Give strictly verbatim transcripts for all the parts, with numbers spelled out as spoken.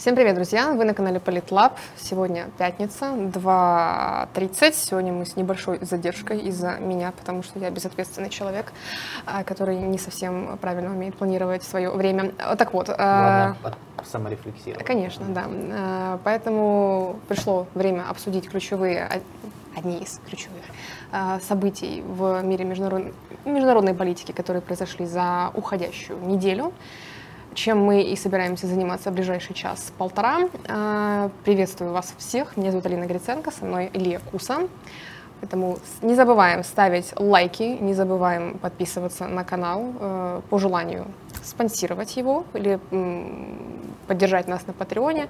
Всем привет, друзья! Вы на канале Политлаб. Сегодня пятница, два тридцать. Сегодня мы с небольшой задержкой из-за меня, потому что я безответственный человек, который не совсем правильно умеет планировать свое время. Так вот. Главное саморефлексировать. Конечно, да. Поэтому пришло время обсудить ключевые, одни из ключевых событий в мире международной, международной политики, которые произошли за уходящую неделю, чем мы и собираемся заниматься в ближайший час-полтора. Приветствую вас всех. Меня зовут Алина Гриценко, со мной Илья Куса. Поэтому не забываем ставить лайки, не забываем подписываться на канал, по желанию спонсировать его или поддержать нас на Патреоне.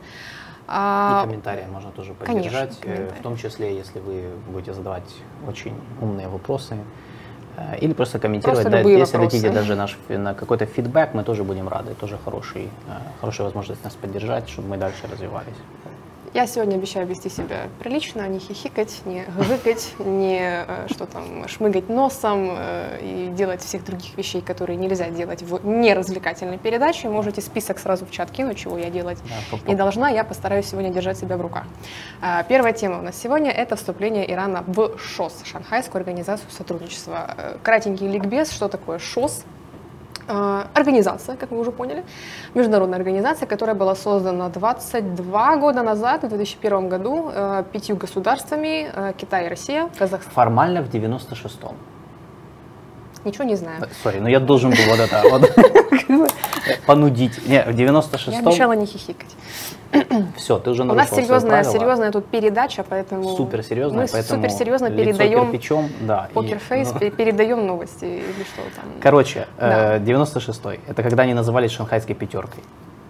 И комментарии можно тоже поддержать, Конечно, в том числе, если вы будете задавать очень умные вопросы. Или просто комментировать, просто да, если вопросы. дадите даже наш на какой-то фидбэк, мы тоже будем рады, тоже хороший, хорошая возможность нас поддержать, чтобы мы дальше развивались. Я сегодня обещаю вести себя прилично, не хихикать, не гыкать, не что там, шмыгать носом и делать всех других вещей, которые нельзя делать в неразвлекательной передаче. Можете список сразу в чат кинуть, чего я делать да, не должна. Я постараюсь сегодня держать себя в руках. Первая тема у нас сегодня – это вступление Ирана в ШОС, Шанхайскую организацию сотрудничества. Кратенький ликбез, что такое ШОС. Организация, как вы уже поняли, международная организация, которая была создана двадцать два года назад, в две тысячи первом году, пятью государствами, Китай, Россия, Казахстан. Формально в девяносто шестом. Ничего не знаю. Сори, но я должен был вот это вот понудить. Не, в девяносто шестом. Я обещала не хихикать. Все, ты уже нарушила. У нас серьезная, серьезная тут передача, поэтому супер серьезная, мы поэтому супер серьезно передаем кирпичом, да, покерфейс, и, ну... передаем новости или что там. Короче, да. э, девяносто шестой, это когда они назывались шанхайской пятеркой.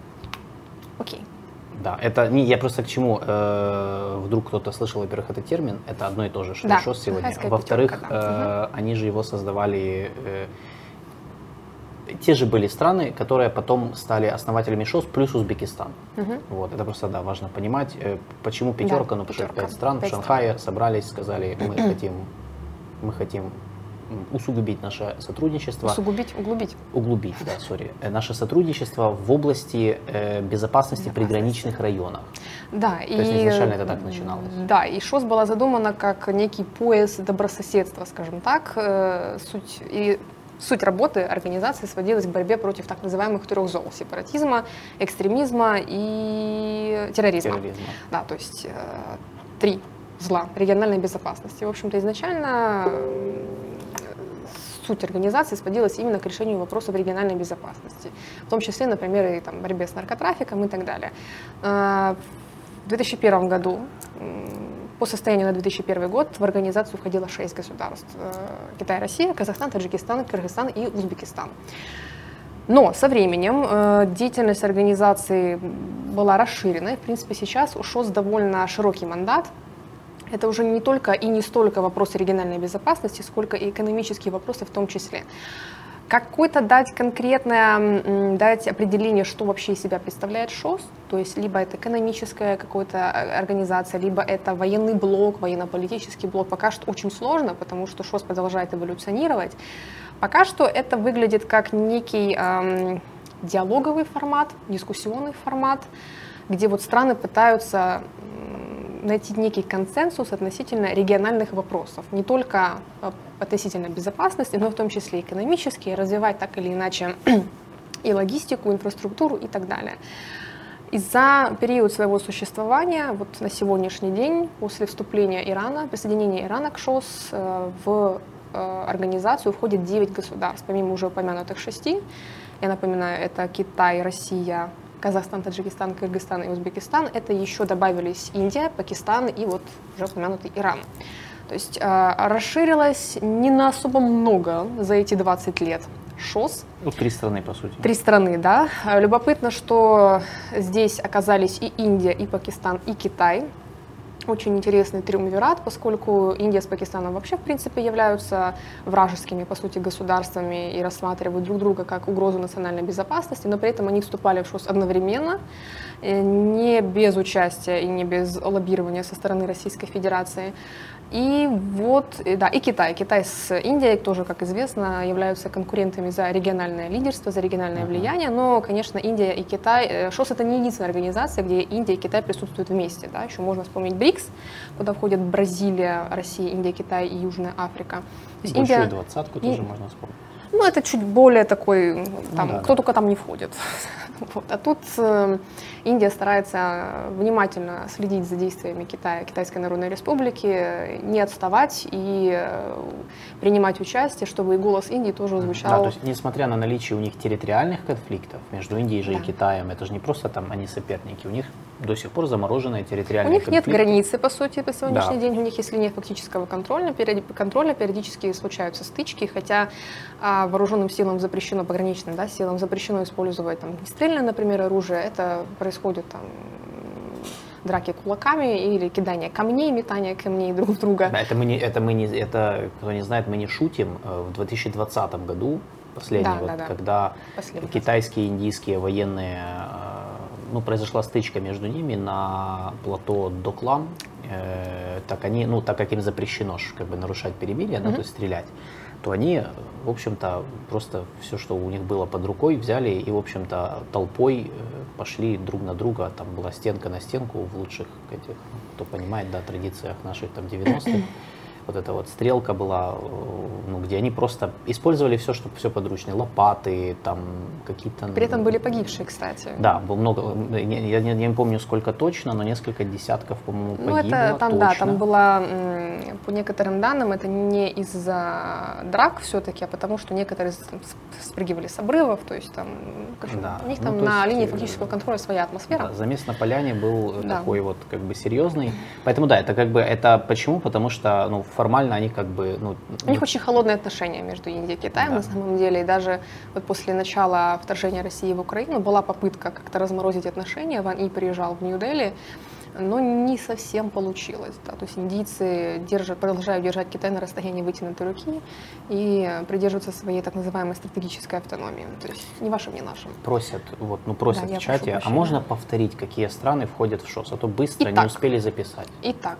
Окей. Да, это не, я просто к чему, э, вдруг кто-то слышал, во-первых, этот термин, это одно и то же, что да, ШОС сегодня. Во-вторых, да. э, угу. они же его создавали, э, те же были страны, которые потом стали основателями ШОС, плюс Узбекистан. Угу. Вот, это просто, да, важно понимать, э, почему пятерка, да, ну, потому что пять стран, пять в Шанхае стран. собрались, сказали, мы хотим, мы хотим усугубить наше сотрудничество. Усугубить, углубить. Углубить, да, сори. Наше сотрудничество в области э, безопасности в приграничных районах. Да, То и, есть изначально это так начиналось. Да, и ШОС была задумана как некий пояс добрососедства, скажем так. Э, суть, и суть работы организации сводилась к борьбе против так называемых трех зол – сепаратизма, экстремизма и терроризма. терроризма. Да, то есть э, три зла региональной безопасности. В общем-то, изначально суть организации сводилась именно к решению вопросов региональной безопасности, в том числе, например, и там, борьбе с наркотрафиком и так далее. В две тысячи первом году, по состоянию на две тысячи первый год, в организацию входило шесть государств: Китай, Россия, Казахстан, Таджикистан, Кыргызстан и Узбекистан. Но со временем деятельность организации была расширена, и, в принципе, сейчас у ШОС довольно широкий мандат. Это уже не только и не столько вопросы региональной безопасности, сколько и экономические вопросы в том числе. Какое-то дать конкретное, дать определение, что вообще из себя представляет ШОС, то есть либо это экономическая какая-то организация, либо это военный блок, военно-политический блок, пока что очень сложно, потому что ШОС продолжает эволюционировать. Пока что это выглядит как некий эм, диалоговый формат, дискуссионный формат, где вот страны пытаются найти некий консенсус относительно региональных вопросов, не только относительно безопасности, но в том числе экономические, развивать так или иначе и логистику, инфраструктуру и так далее. И за период своего существования, вот на сегодняшний день, после вступления Ирана, присоединения Ирана к ШОС, в организацию входит девять государств, помимо уже упомянутых шести. Я напоминаю, это Китай, Россия, Казахстан, Таджикистан, Кыргызстан и Узбекистан. Это еще добавились Индия, Пакистан и вот уже упомянутый Иран. То есть э, расширилось не на особо много за эти двадцать лет ШОС. Ну, три страны, по сути. Три страны, да. Любопытно, что здесь оказались и Индия, и Пакистан, и Китай. Очень интересный триумвират, поскольку Индия с Пакистаном вообще, в принципе, являются вражескими, по сути, государствами и рассматривают друг друга как угрозу национальной безопасности, но при этом они вступали в ШОС одновременно, не без участия и не без лоббирования со стороны Российской Федерации. И вот, да, и Китай. Китай с Индией тоже, как известно, являются конкурентами за региональное лидерство, за региональное uh-huh. влияние. Но, конечно, Индия и Китай, ШОС это не единственная организация, где Индия и Китай присутствуют вместе. Да? Еще можно вспомнить БРИКС, куда входят Бразилия, Россия, Индия, Китай и Южная Африка. Большую Индия... двадцатку и... тоже можно вспомнить. Ну, это чуть более такой, там, ну, да, кто да. только там не входит. Вот. А тут э, Индия старается внимательно следить за действиями Китая, Китайской Народной Республики, не отставать и э, принимать участие, чтобы и голос Индии тоже звучал. Да, то есть, несмотря на наличие у них территориальных конфликтов между Индией же да. и Китаем, это же не просто там они соперники, у них до сих пор замороженные территориальные конфликты. У них нет границы, по сути, по сегодняшний да. день. У них есть линия фактического контроля, контроля, периодически случаются стычки, хотя а, вооруженным силам запрещено, пограничным да, силам запрещено использовать там, стрельное, например, оружие. Это происходит там, драки кулаками или кидание камней, метание камней друг в друга. Да, это мы не, это мы не, это кто не знает, мы не шутим. В две тысячи двадцатом году, последний, да, вот, да, да. когда последний китайские и индийские военные, ну, произошла стычка между ними на плато Доклам, э, так они, ну, так как им запрещено как бы нарушать перемирие, mm-hmm. да, то есть стрелять, то они, в общем-то, просто все, что у них было под рукой, взяли и, в общем-то, толпой пошли друг на друга. Там была стенка на стенку в лучших этих, кто понимает, да, традициях наших там девяностых. Вот эта вот стрелка была, ну, где они просто использовали все, что все подручное, лопаты, там какие-то. При этом были погибшие, кстати. Да, было много. Я, я не помню сколько точно, но несколько десятков, по-моему, погибло. Ну это там, точно. Да, там было, по некоторым данным, это не из-за драк все-таки, а потому что некоторые там, спрыгивали с обрывов, то есть там да. у них там ну, на есть, линии фактического контроля своя атмосфера. Да, замес на поляне был да. такой вот как бы серьезный, поэтому да, это как бы это почему? Потому что ну формально они как бы... Ну, У них очень холодные отношения между Индией и Китаем да. на самом деле. И даже вот после начала вторжения России в Украину была попытка как-то разморозить отношения. Ван И приезжал в Нью-Дели, но не совсем получилось. Да. То есть индийцы держат, продолжают держать Китай на расстоянии вытянутой руки и придерживаются своей так называемой стратегической автономии. То есть не вашим, не нашим. Просят, вот, ну, просят да, в чате, а можно повторить, какие страны входят в ШОС? А то быстро Итак, не успели записать. Итак,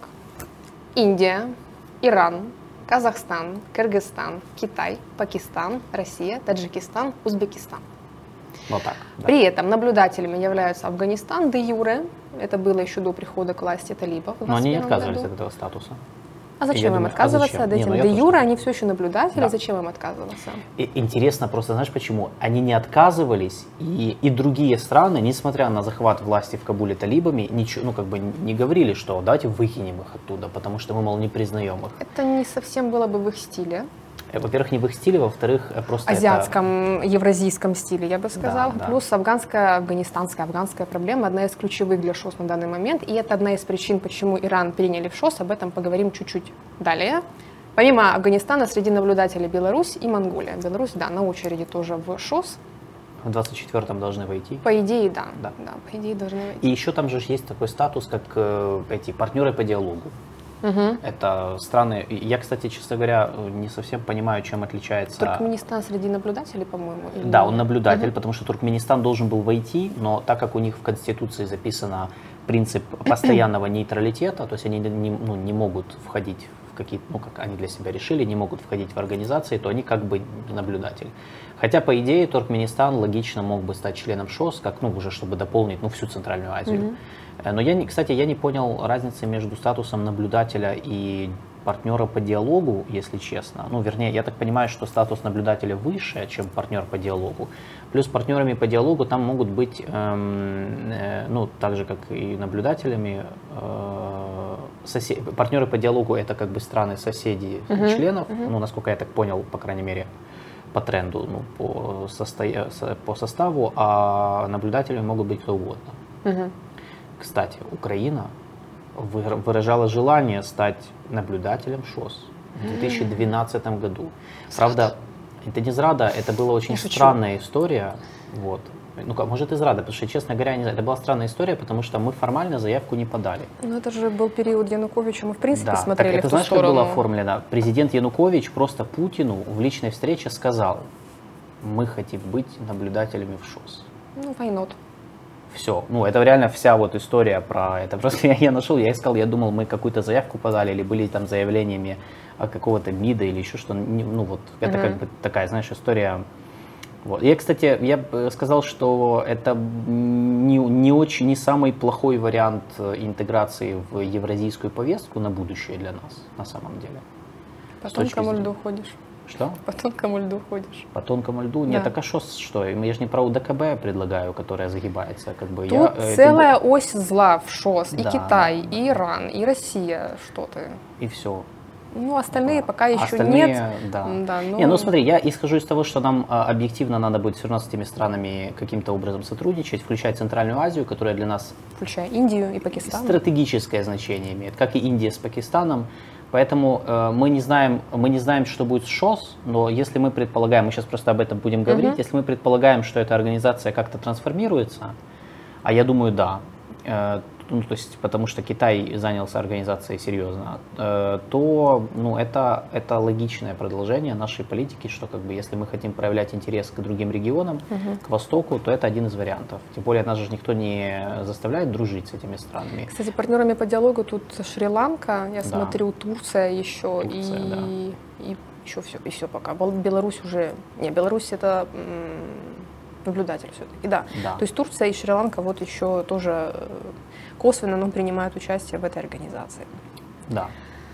Индия, Иран, Казахстан, Кыргызстан, Китай, Пакистан, Россия, Таджикистан, Узбекистан. Вот так. Да. При этом наблюдателями являются Афганистан, де юре, это было еще до прихода к власти талибов. Но они не отказывались году. от этого статуса. А зачем им отказываться? А от этим? Не, ну де юре они все еще наблюдатели, да. зачем им отказываться? И, интересно просто, знаешь почему? Они не отказывались, и, и другие страны, несмотря на захват власти в Кабуле талибами, ничего, ну как бы не говорили, что давайте выкинем их оттуда, потому что мы, мол, не признаем их. Это не совсем было бы в их стиле. Во-первых, не в их стиле, во-вторых, просто азиатском, это... евразийском стиле, я бы сказала. Да, Плюс да. афганская, афганистанская, афганская проблема одна из ключевых для ШОС на данный момент. И это одна из причин, почему Иран приняли в ШОС. Об этом поговорим чуть-чуть далее. Помимо Афганистана, среди наблюдателей Беларусь и Монголия. Беларусь, да, на очереди тоже в ШОС. В двадцать четвёртом должны войти. По идее, да. да. да по идее, должны войти. И еще там же есть такой статус, как э, эти партнеры по диалогу. Угу. Это страны. Я, кстати, честно говоря, не совсем понимаю, чем отличается. Туркменистан среди наблюдателей, по-моему. Или... Да, он наблюдатель, угу. потому что Туркменистан должен был войти, но так как у них в Конституции записано принцип постоянного нейтралитета, то есть они не, ну, не могут входить в какие-то, ну, как они для себя решили, не могут входить в организации, то они как бы наблюдатель. Хотя, по идее, Туркменистан логично мог бы стать членом ШОС, как, ну, уже чтобы дополнить, ну, всю Центральную Азию. Угу. Но я, кстати, я не понял разницы между статусом наблюдателя и партнера по диалогу, если честно. Ну, вернее, я так понимаю, что статус наблюдателя выше, чем партнер по диалогу. Плюс партнерами по диалогу там могут быть, эм, э, ну, так же, как и наблюдателями, э, сосед... партнеры по диалогу это как бы страны соседи uh-huh. членов, uh-huh. ну, насколько я так понял, по крайней мере, по тренду, ну, по, состо... по составу, а наблюдателями могут быть кто угодно. Uh-huh. Кстати, Украина выражала желание стать наблюдателем ШОС в две тысячи двенадцатом году. Правда, это не зрада, это была очень странная история. Вот. Ну, может, и зрада, потому что, честно говоря, не знаю, это была странная история, потому что мы формально заявку не подали. Ну, это же был период Януковича, мы, в принципе, да, смотрели так это, в ту знаешь, сторону. как было оформлено? Президент Янукович просто Путину в личной встрече сказал: мы хотим быть наблюдателями в ШОС. Ну, why not? Все. Ну, это реально вся вот история про это. Просто я, я нашел, я искал, я думал, мы какую-то заявку подали, или были там заявлениями какого-то МИДа или еще что. Ну, вот, это mm-hmm. как бы такая, знаешь, история. Вот. Я, кстати, я бы сказал, что это не, не очень, не самый плохой вариант интеграции в евразийскую повестку на будущее для нас, на самом деле. По тонкому льду ходишь. Что? По тонкому льду ходишь. По тонкому льду? Да. Нет, так а что, что? Я же не про УДКБ предлагаю, которая загибается. Как бы. Тут я, целая это... ось зла в ШОС. И да, Китай, да, и Иран, и Россия. Что ты? И все. Ну, остальные да. пока еще остальные, нет. Да. Да, но... Не, ну смотри, я исхожу из того, что нам а, объективно надо будет все равно с этими странами каким-то образом сотрудничать, включая Центральную Азию, которая для нас... Включая Индию и Пакистан. Стратегическое значение имеет, как и Индия с Пакистаном. Поэтому э, мы, не знаем, мы не знаем, что будет с ШОС, но если мы предполагаем, мы сейчас просто об этом будем говорить, uh-huh. если мы предполагаем, что эта организация как-то трансформируется, а я думаю, да, э, ну, то есть, потому что Китай занялся организацией серьезно, э, то ну, это, это логичное продолжение нашей политики, что как бы, если мы хотим проявлять интерес к другим регионам, uh-huh. к Востоку, то это один из вариантов. Тем более нас же никто не заставляет дружить с этими странами. Кстати, партнерами по диалогу тут Шри-Ланка, я да. смотрю, Турция еще, Турция, и, да. и еще все, и все пока. Беларусь уже... Не, Беларусь это... наблюдатель все-таки, да. да. То есть Турция и Шри-Ланка вот еще тоже косвенно, но принимают участие в этой организации. Да.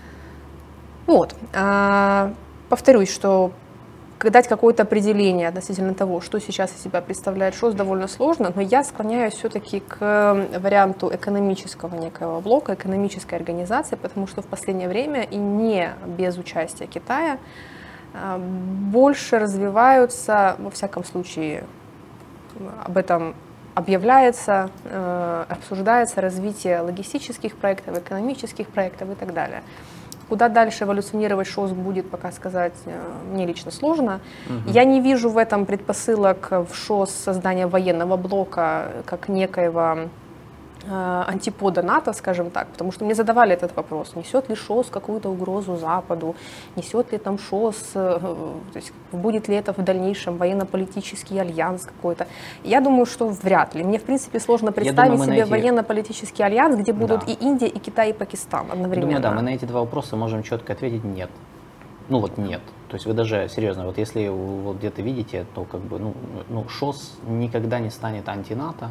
Вот. А, повторюсь, что дать какое-то определение относительно того, что сейчас из себя представляет ШОС, довольно сложно, но я склоняюсь все-таки к варианту экономического некого блока, экономической организации, потому что в последнее время и не без участия Китая больше развиваются, во всяком случае, об этом объявляется, э, обсуждается развитие логистических проектов, экономических проектов и так далее. Куда дальше эволюционировать ШОС будет, пока сказать э, мне лично сложно. Угу. Я не вижу в этом предпосылок в ШОС создания военного блока как некоего э, антипода НАТО, скажем так, потому что мне задавали этот вопрос, несет ли ШОС какую-то угрозу Западу, несет ли там ШОС, э, то есть будет ли это в дальнейшем военно-политический альянс какой-то. Я думаю, что вряд ли. Мне, в принципе, сложно представить думаю, себе эти... военно-политический альянс, где будут да. и Индия, и Китай, и Пакистан одновременно. Я думаю, да, мы на эти два вопроса можем четко ответить нет. Ну вот нет. То есть вы даже, серьезно, вот если вот где-то видите, то как бы, ну, ну ШОС никогда не станет анти-НАТО.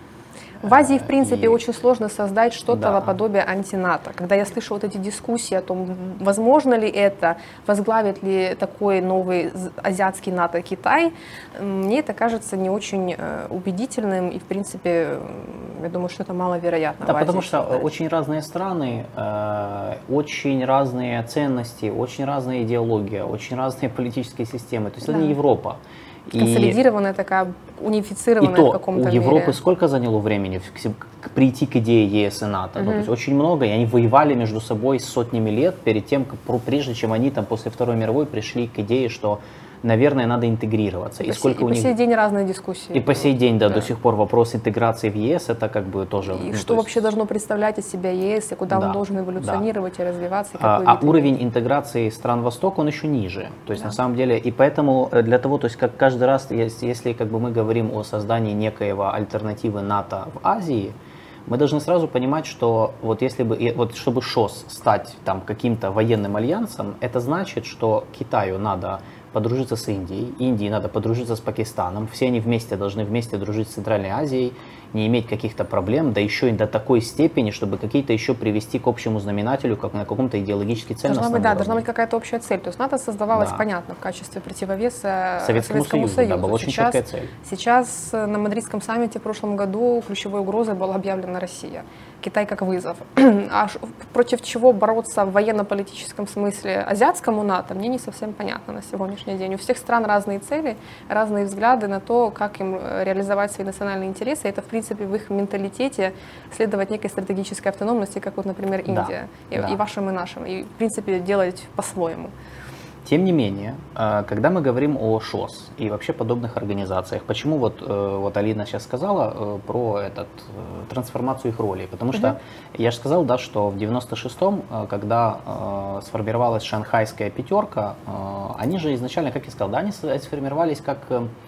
В Азии, в принципе, и... очень сложно создать что-то да. наподобие антинато. Когда я слышу вот эти дискуссии о том, возможно ли это, возглавит ли такой новый азиатский НАТО Китай, мне это кажется не очень убедительным и, в принципе, я думаю, что это маловероятно. Да, потому что создать. Очень разные страны, э, очень разные ценности, очень разная идеология, очень разные политические системы. То есть да. это не Европа. Консолидированная и, такая, унифицированная и то, в каком-то мере. У Европы мере. Сколько заняло времени прийти к идее ЕС и НАТО? Uh-huh. Ну, то есть очень много, и они воевали между собой сотнями лет перед тем, как, прежде чем они там после Второй мировой пришли к идее, что, наверное, надо интегрироваться. И, и по, сколько и у по них... сей день разные дискуссии. И по сей день, да, да, до сих пор вопрос интеграции в ЕС, это как бы тоже... И ну, что есть... вообще должно представлять из себя ЕС, и куда да, он должен эволюционировать да. и развиваться. И а а уровень интеграции стран Востока, он еще ниже. То есть да. на самом деле, и поэтому для того, то есть как каждый раз, если, если как бы мы говорим о создании некоего альтернативы НАТО в Азии, мы должны сразу понимать, что вот если бы, вот чтобы ШОС стать там каким-то военным альянсом, это значит, что Китаю надо подружиться с Индией, Индии надо подружиться с Пакистаном, все они вместе должны вместе дружить с Центральной Азией, не иметь каких-то проблем, да еще и до такой степени, чтобы какие-то еще привести к общему знаменателю, как на каком-то идеологически ценностном должна быть, да, уровне. Должна быть какая-то общая цель. То есть НАТО создавалось, да. понятно, в качестве противовеса Советскому, Советскому Союзу. Союзу. Да, была очень сейчас, четкая цель. Сейчас на Мадридском саммите в прошлом году ключевой угрозой была объявлена Россия. Китай как вызов. А против чего бороться в военно-политическом смысле азиатскому НАТО, мне не совсем понятно на сегодняшний день. У всех стран разные цели, разные взгляды на то, как им реализовать свои национальные интересы. Это, в принципе, в их менталитете следовать некой стратегической автономности, как вот, например, Индия. Да, и, да. и вашим, и нашим. И, в принципе, делать по-своему. Тем не менее, когда мы говорим о ШОС и вообще подобных организациях, почему вот, вот Алина сейчас сказала про этот, трансформацию их роли? Потому что uh-huh. я же сказал, да, что в девяносто шестом, когда сформировалась шанхайская пятерка, они же изначально, как я сказал, да, они сформировались как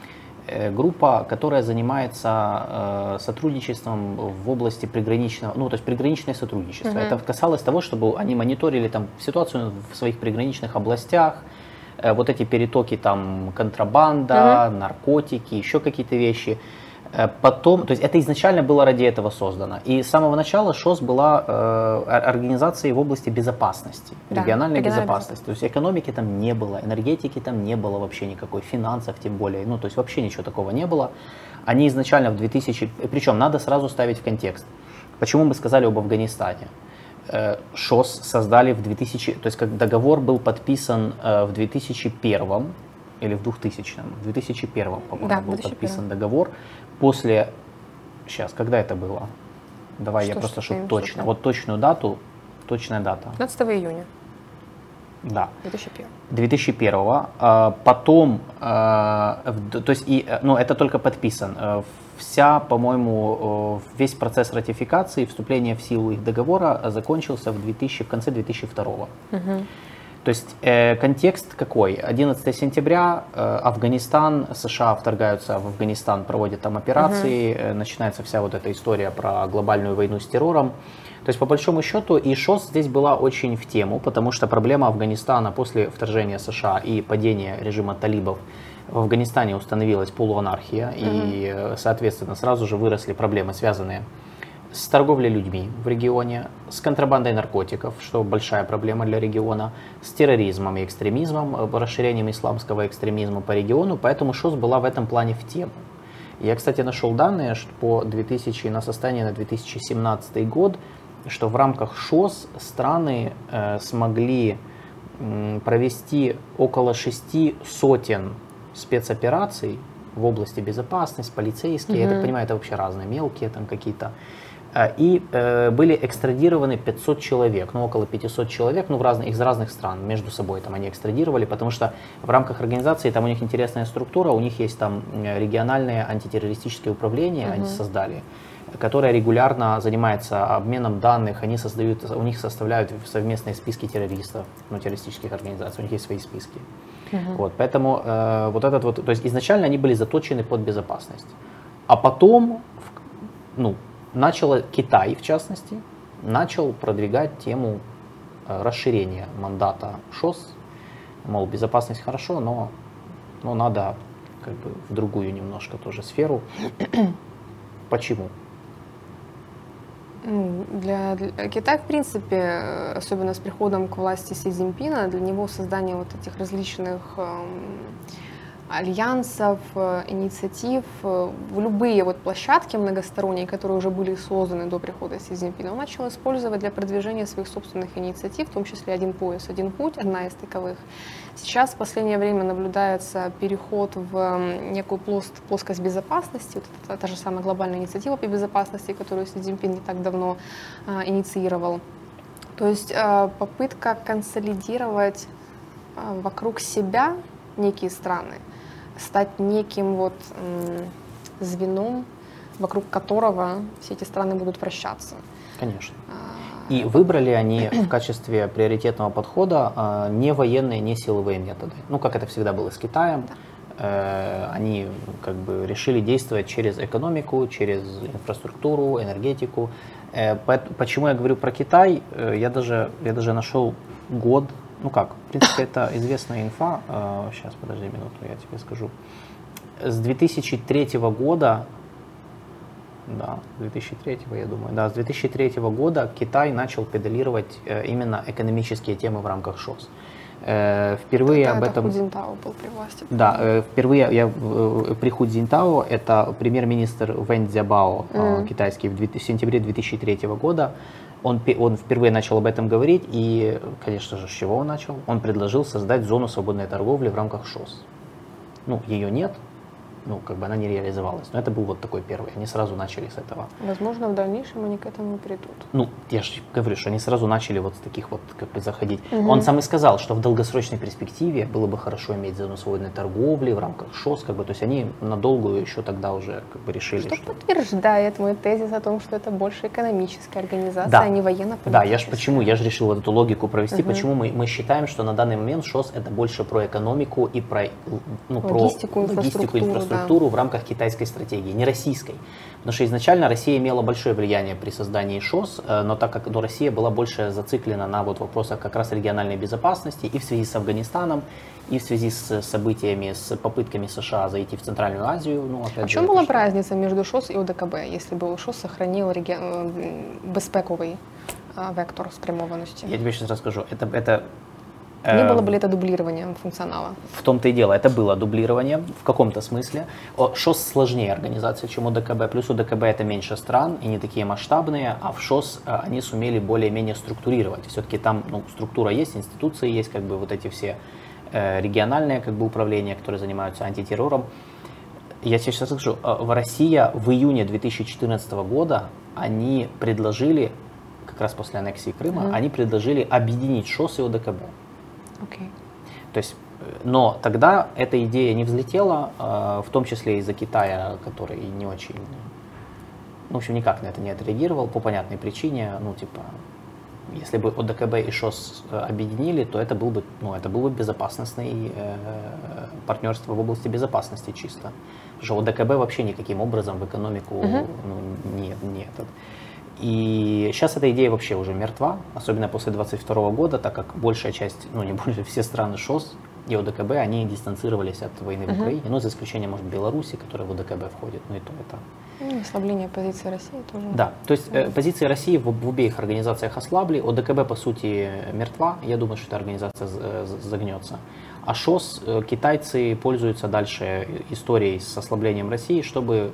группа, которая занимается сотрудничеством в области приграничного, ну, то есть приграничное сотрудничество. Mm-hmm. Это касалось того, чтобы они мониторили там ситуацию в своих приграничных областях, вот эти перетоки, там, контрабанда, mm-hmm. наркотики, еще какие-то вещи. Потом, то есть это изначально было ради этого создано. И с самого начала ШОС была э, организацией в области безопасности, да, региональной безопасности. То есть экономики там не было, энергетики там не было вообще никакой, финансов тем более. Ну, то есть вообще ничего такого не было. Они изначально в двухтысячном, причем надо сразу ставить в контекст. Почему мы сказали об Афганистане? Э, ШОС создали в двухтысячном, то есть как договор был подписан э, в две тысячи первом или в двухтысячном, в две тысячи первом, по-моему, да, был подписан договор. После, сейчас, когда это было? Давай что, я просто, чтобы точно, вот точную дату, точная дата. пятнадцатого июня. Да. две тысячи первого. две тысячи первого. Потом, то есть, и, ну, это только подписан. Вся, по-моему, весь процесс ратификации, вступления в силу их договора закончился в, две тысячи, в конце две тысячи второго. Угу. То есть э, контекст какой? одиннадцатого сентября, э, Афганистан, США вторгаются в Афганистан, проводят там операции, uh-huh. э, начинается вся вот эта история про глобальную войну с террором. То есть по большому счету и ШОС здесь была очень в тему, потому что проблема Афганистана после вторжения США и падения режима талибов в Афганистане установилась полуанархия, uh-huh. и, соответственно, сразу же выросли проблемы, связанные с торговлей людьми в регионе, с контрабандой наркотиков, что большая проблема для региона, с терроризмом и экстремизмом, расширением исламского экстремизма по региону, поэтому ШОС была в этом плане в тему. Я, кстати, нашел данные что по две тысячи, на состояние на две тысячи семнадцатый год, что в рамках ШОС страны э, смогли э, провести около шести сотен спецопераций в области безопасности, полицейские, mm-hmm. я так понимаю, это вообще разные, мелкие там какие-то. И э, были экстрадированы пятьсот человек, ну около пятисот человек, ну в разных, из разных стран, между собой там они экстрадировали, потому что в рамках организации там у них интересная структура, у них есть там региональное антитеррористическое управление, uh-huh. они создали, которое регулярно занимается обменом данных, они создают, у них составляют совместные списки террористов, ну террористических организаций, у них есть свои списки. Uh-huh. Вот, поэтому э, вот этот вот, то есть изначально они были заточены под безопасность, а потом, ну, начал Китай, в частности, начал продвигать тему расширения мандата ШОС. Мол, безопасность хорошо, но, но надо как бы в другую немножко тоже сферу. Почему? Для, для Китая, в принципе, особенно с приходом к власти Си Цзиньпина, для него создание вот этих различных альянсов, инициатив, в любые вот площадки многосторонние, которые уже были созданы до прихода Си Цзиньпина, он начал использовать для продвижения своих собственных инициатив, в том числе «Один пояс, один путь», одна из таковых. Сейчас в последнее время наблюдается переход в некую плоскость безопасности, вот это, та же самая глобальная инициатива по безопасности, которую Си Цзиньпин не так давно а, инициировал. То есть а, попытка консолидировать а, вокруг себя некие страны, стать неким вот звеном, вокруг которого все эти страны будут вращаться. Конечно. И выбрали они в качестве приоритетного подхода не военные, не силовые методы. Ну, как это всегда было с Китаем. Да. Они как бы решили действовать через экономику, через инфраструктуру, энергетику. Почему я говорю про Китай? Я даже, я даже нашел год. Ну как, в принципе, это известная инфа. Сейчас, подожди минуту, я тебе скажу. С две тысячи третьего года, да, две тысячи третьего, я думаю, да, с две тысячи третьего года Китай начал педалировать именно экономические темы в рамках ШОС. Впервые это, об это этом... Ху Цзиньтао был при власти. Да, впервые я при Ху Цзиньтао, это премьер-министр Вэнь Цзябао, mm-hmm. китайский, в сентябре две тысячи третьего года. Он, он впервые начал об этом говорить, и, конечно же, с чего он начал? Он предложил создать зону свободной торговли в рамках ШОС. Ну, ее нет, ну, как бы она не реализовалась. Но это был вот такой первый. Они сразу начали с этого. Возможно, в дальнейшем они к этому придут. Ну, я же говорю, что они сразу начали вот с таких вот, как бы, заходить. Угу. Он сам и сказал, что в долгосрочной перспективе было бы хорошо иметь зону свободной торговли в рамках ШОС, как бы, то есть они на долгую еще тогда уже, как бы, решили, что... что... подтверждает мой тезис о том, что это больше экономическая организация, да. а не военно-политическая. Да, я же почему, я же решил вот эту логику провести, угу. почему мы, мы считаем, что на данный момент ШОС это больше про экономику и про, ну, логистику, про логистику, инфраструктуру, структуру да. в рамках китайской стратегии, не российской. Потому что изначально Россия имела большое влияние при создании ШОС, но так как ну, Россия была больше зациклена на вот вопросах как раз региональной безопасности и в связи с Афганистаном, и в связи с событиями, с попытками США зайти в Центральную Азию. Ну, опять а в чем была б разница между ШОС и ОДКБ, если бы ШОС сохранил реги... безпековый вектор спрямованности? Я тебе сейчас расскажу. Это, это, Не было бы ли это дублированием функционала? В том-то и дело, это было дублирование в каком-то смысле. ШОС сложнее организация, чем ОДКБ, плюс ОДКБ это меньше стран и не такие масштабные, а в ШОС они сумели более-менее структурировать. Все-таки там ну, структура есть, институции есть, как бы вот эти все э, региональные как бы, управления, которые занимаются антитеррором. Я тебе сейчас скажу, в России в июне две тысячи четырнадцатого года они предложили, как раз после аннексии Крыма, mm-hmm. они предложили объединить ШОС и ОДКБ. Okay. То есть, но тогда эта идея не взлетела, в том числе из-за Китая, который не очень, ну, в общем, никак на это не отреагировал по понятной причине. Ну, типа, если бы ОДКБ и ШОС объединили, то это был бы, ну, это был бы безопасностный э, партнерство в области безопасности чисто. Потому что ОДКБ вообще никаким образом в экономику uh-huh. ну, не, не этот. И сейчас эта идея вообще уже мертва, особенно после двадцать второго года, так как большая часть, ну не больше, все страны ШОС и ОДКБ, они дистанцировались от войны uh-huh. в Украине, ну за исключением, может, Беларуси, которая в ОДКБ входит, ну и то это. Ну, ослабление позиции России тоже. Да, то есть uh-huh. э, позиции России в, в обеих организациях ослабли, ОДКБ, по сути, мертва, я думаю, что эта организация загнется. А ШОС, э, китайцы пользуются дальше историей с ослаблением России, чтобы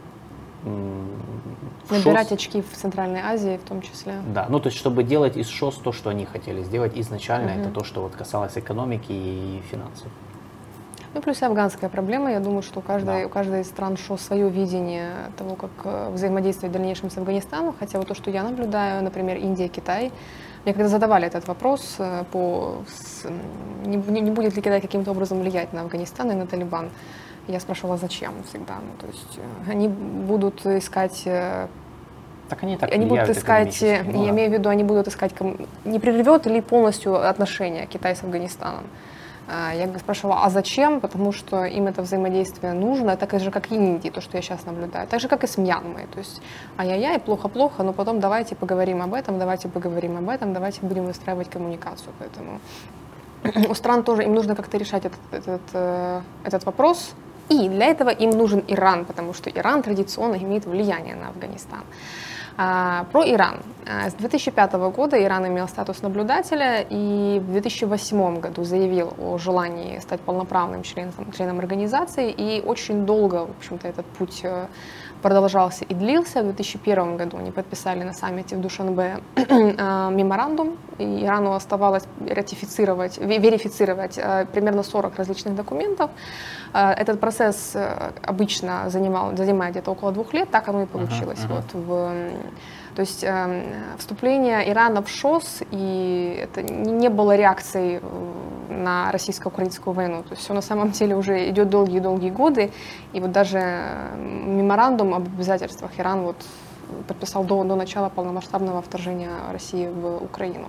набирать ШОС, очки в Центральной Азии в том числе. Да, ну то есть чтобы делать из ШОС то, что они хотели сделать изначально, угу. это то, что вот касалось экономики и финансов. Ну плюс и афганская проблема, я думаю, что у каждой, да. у каждой из стран ШОС свое видение того, как взаимодействовать в дальнейшем с Афганистаном, хотя вот то, что я наблюдаю, например, Индия, Китай, мне когда задавали этот вопрос, по, с, не, не будет ли Китай каким-то образом влиять на Афганистан и на Талибан, я спрашивала, зачем всегда. Ну, то есть они будут искать... Так они так они будут искать, я ну, имею в виду, они будут искать, не прервет ли полностью отношения Китая с Афганистаном. Я спрашивала, а зачем? Потому что им это взаимодействие нужно, так же, как и Индии, то, что я сейчас наблюдаю. Так же, как и с Мьянмой. То есть, ай-яй-яй, плохо-плохо, но потом давайте поговорим об этом, давайте поговорим об этом, давайте будем выстраивать коммуникацию. Поэтому у стран тоже, им нужно как-то решать этот, этот, этот вопрос. И для этого им нужен Иран, потому что Иран традиционно имеет влияние на Афганистан. А, про Иран. С две тысячи пятого года Иран имел статус наблюдателя и в две тысячи восьмом году заявил о желании стать полноправным членом, членом организации. И очень долго, в общем-то, этот путь продолжался и длился. В две тысячи первом году они подписали на саммите в Душанбе меморандум, и Ирану оставалось ратифицировать, верифицировать примерно сорок различных документов. Этот процесс обычно занимал, занимает где-то около двух лет, так оно и получилось. Uh-huh, uh-huh. Вот в, то есть э, вступление Ирана в ШОС, и это не было реакцией на российско-украинскую войну. То есть все на самом деле уже идет долгие-долгие годы, и вот даже меморандум об обязательствах Иран вот подписал до, до начала полномасштабного вторжения России в Украину.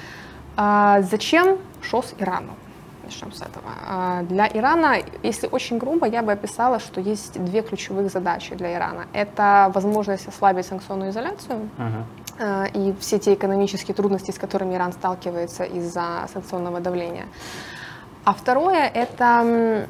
А зачем ШОС Ирану? Начнем с этого. Для Ирана, если очень грубо, я бы описала, что есть две ключевых задачи для Ирана. Это возможность ослабить санкционную изоляцию uh-huh. и все те экономические трудности, с которыми Иран сталкивается из-за санкционного давления. А второе – это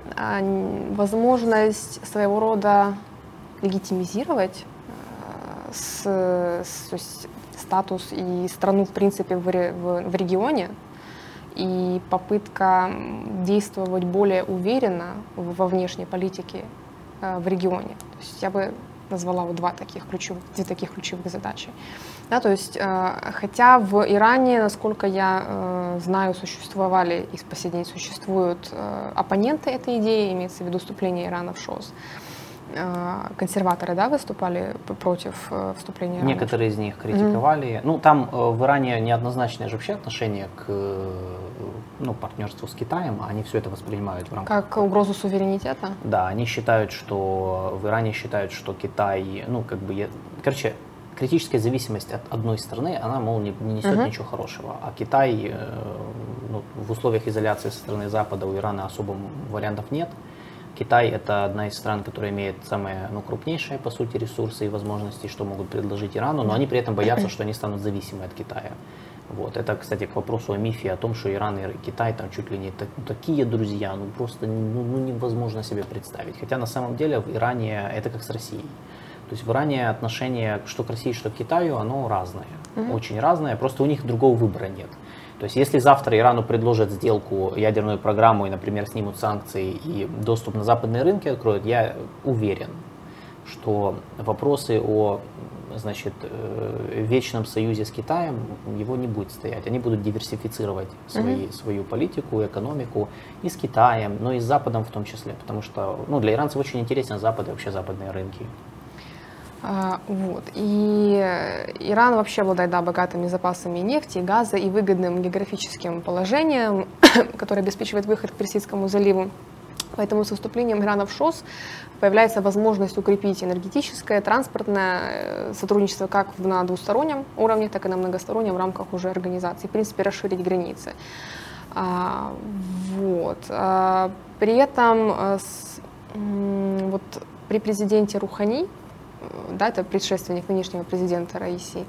возможность своего рода легитимизировать с, с, то есть статус и страну, в принципе, в, в, в регионе, и попытка действовать более уверенно во внешней политике э, в регионе. То есть я бы назвала вот два таких ключевых, две таких ключевых задачи. Да, то есть, э, хотя в Иране, насколько я э, знаю, существовали и по сей день существуют э, оппоненты этой идеи, имеется в виду вступление Ирана в ШОС. Консерваторы, да, выступали против вступления Ирана? Некоторые из них критиковали. Mm-hmm. Ну, там в Иране неоднозначное же вообще отношение к ну, партнерству с Китаем, они все это воспринимают в рамках... Как угрозу суверенитета? Да, они считают, что в Иране считают, что Китай, ну, как бы, короче, критическая зависимость от одной страны, она, мол, не, не несет uh-huh. ничего хорошего. А Китай, ну, в условиях изоляции со стороны Запада у Ирана особо вариантов нет. Китай – это одна из стран, которая имеет самые ну, крупнейшие, по сути, ресурсы и возможности, что могут предложить Ирану, но они при этом боятся, что они станут зависимы от Китая. Вот. Это, кстати, к вопросу о мифе, о том, что Иран и Китай там чуть ли не так, ну, такие друзья, ну просто ну, ну, невозможно себе представить. Хотя на самом деле в Иране это как с Россией. То есть в Иране отношение что к России, что к Китаю, оно разное, mm-hmm. очень разное, просто у них другого выбора нет. То есть если завтра Ирану предложат сделку, ядерную программу и, например, снимут санкции и доступ на западные рынки откроют, я уверен, что вопросы о значит, вечном союзе с Китаем его не будет стоять. Они будут диверсифицировать свои, mm-hmm. свою политику, экономику и с Китаем, но и с Западом в том числе, потому что ну, для иранцев очень интересен Запад и вообще западные рынки. А, вот. И Иран вообще обладает да, богатыми запасами нефти, газа и выгодным географическим положением, которое обеспечивает выход к Персидскому заливу. Поэтому с вступлением Ирана в ШОС появляется возможность укрепить энергетическое, транспортное сотрудничество как на двустороннем уровне, так и на многостороннем в рамках уже организации. В принципе, расширить границы. А, вот. А, при этом а, с, м, вот, при президенте Рухани, да, это предшественник нынешнего президента Раиси,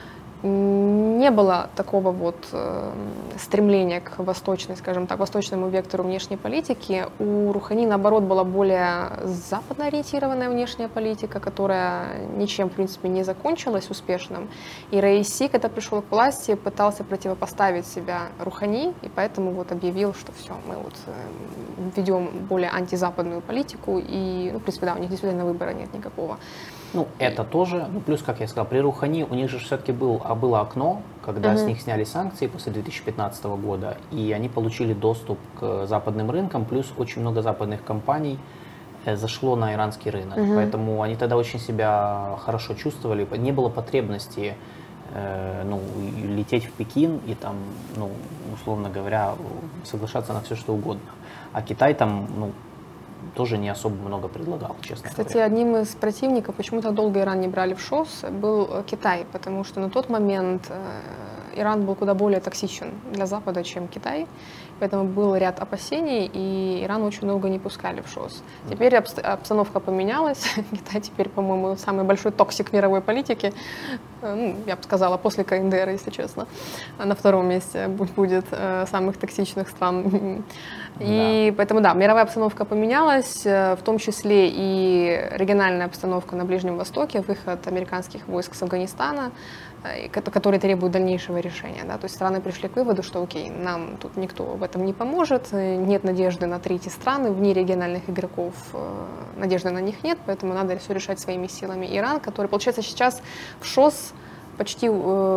не было такого вот э, стремления к восточной, скажем так, восточному вектору внешней политики. У Рухани, наоборот, была более западно ориентированная внешняя политика, которая ничем, в принципе, не закончилась успешным. И Раиси, когда пришел к власти, пытался противопоставить себя Рухани, и поэтому вот объявил, что все, мы вот э, ведем более антизападную политику, и, ну, в принципе, да, у них действительно выбора нет никакого. Ну, это тоже, ну, плюс, как я сказал, при Рухани у них же все-таки был, было окно, когда mm-hmm. с них сняли санкции после две тысячи пятнадцатого года, и они получили доступ к западным рынкам, плюс очень много западных компаний зашло на иранский рынок, mm-hmm. поэтому они тогда очень себя хорошо чувствовали, не было потребности э, ну, лететь в Пекин и там, ну, условно говоря, соглашаться на все, что угодно, а Китай там, ну, тоже не особо много предлагал, честно Кстати, говоря. одним из противников, почему так долго Иран не брали в ШОС, был Китай, потому что на тот момент Иран был куда более токсичен для Запада, чем Китай, поэтому был ряд опасений, и Иран очень долго не пускали в ШОС. Теперь обстановка поменялась, Китай теперь, по-моему, самый большой токсик мировой политики, ну, я бы сказала, после КНДР, если честно, на втором месте будет самых токсичных стран. И да. Поэтому, да, мировая обстановка поменялась, в том числе и региональная обстановка на Ближнем Востоке, выход американских войск с Афганистана, которые требуют дальнейшего решения. Да? То есть страны пришли к выводу, что окей, нам тут никто в этом не поможет, нет надежды на третьи страны, вне региональных игроков надежды на них нет, поэтому надо все решать своими силами. Иран, который, получается, сейчас в ШОС почти,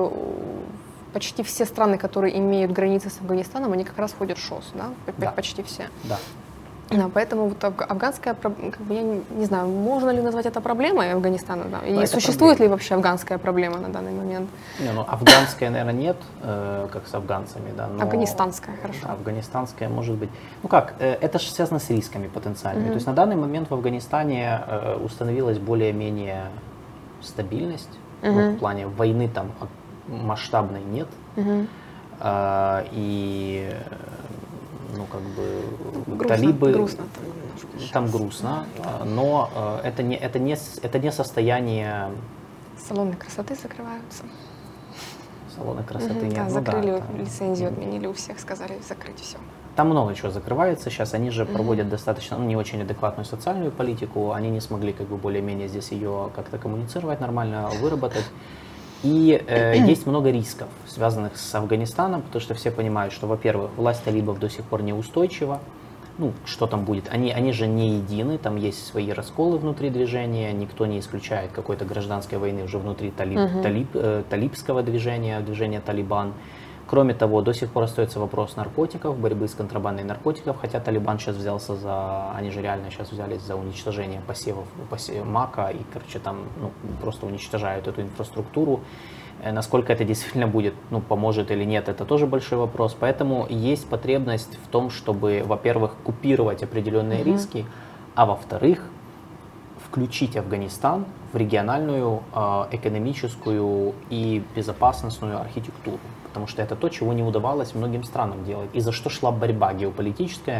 почти все страны, которые имеют границы с Афганистаном, они как раз входят в ШОС, да? Да. Почти все. Да. Да, поэтому вот афганская, как бы, я не, не знаю, можно ли назвать это проблемой Афганистана, да? И это существует проблема. ли вообще афганская проблема на данный момент? Не, ну афганская, наверное, нет, э, как с афганцами, да. Но афганистанская, хорошо. Да, афганистанская, может быть. Ну как, э, это же связано с рисками потенциальными. Mm-hmm. То есть на данный момент в Афганистане э, установилась более-менее стабильность, mm-hmm. ну, в плане войны там масштабной нет, mm-hmm. э, и ну, как бы, грустно, талибы, грустно, там, там грустно, но это не, это, не, это не состояние... Салоны красоты закрываются. Салоны красоты угу, нет. Да, ну, закрыли да, там, лицензию, отменили у всех, сказали закрыть все. Там много чего закрывается сейчас, они же угу. проводят достаточно, ну, не очень адекватную социальную политику, они не смогли как бы более-менее здесь ее как-то коммуницировать нормально, выработать. И э, есть много рисков, связанных с Афганистаном, потому что все понимают, что, во-первых, власть талибов до сих пор неустойчива. Ну, что там будет? Они, они же не едины, там есть свои расколы внутри движения, никто не исключает какой-то гражданской войны уже внутри талиб, uh-huh. талиб, э, талибского движения, движения Талибан. Кроме того, до сих пор остается вопрос наркотиков, борьбы с контрабандой наркотиков, хотя Талибан сейчас взялся за, они же реально сейчас взялись за уничтожение посевов, посев, мака и, короче, там ну, просто уничтожают эту инфраструктуру. Насколько это действительно будет, ну, поможет или нет, это тоже большой вопрос. Поэтому есть потребность в том, чтобы, во-первых, купировать определенные mm-hmm. риски, а во-вторых, включить Афганистан в региональную э, экономическую и безопасностную архитектуру. Потому что это то, чего не удавалось многим странам делать. И за что шла борьба геополитическая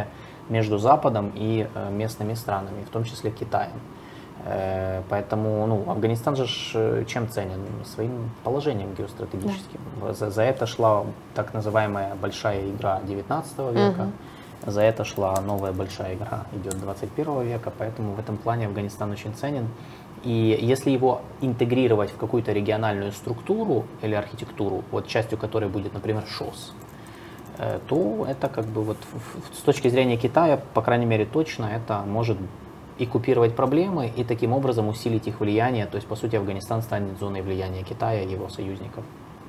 между Западом и местными странами, в том числе Китаем. Поэтому ну, Афганистан же чем ценен? Своим положением геостратегическим. Да. За, за это шла так называемая большая игра девятнадцатого века, угу. За это шла новая большая игра, идет двадцать первого века, поэтому в этом плане Афганистан очень ценен. И если его интегрировать в какую-то региональную структуру или архитектуру, вот частью которой будет, например, ШОС, то это как бы вот с точки зрения Китая, по крайней мере точно, это может и купировать проблемы, и таким образом усилить их влияние. То есть, по сути, Афганистан станет зоной влияния Китая и его союзников.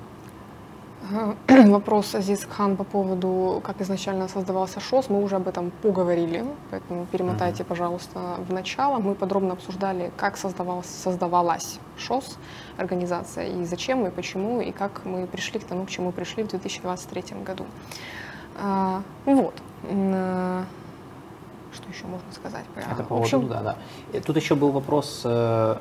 Вопрос, Азиз Хан, по поводу, как изначально создавался ШОС, мы уже об этом поговорили, поэтому перемотайте, mm-hmm. пожалуйста, в начало. Мы подробно обсуждали, как создавалась, создавалась ШОС, организация, и зачем, и почему, и как мы пришли к тому, к чему пришли в две тысячи двадцать третьем году. А, вот. Что еще можно сказать? Это по поводу, да, да. И тут еще был вопрос, э,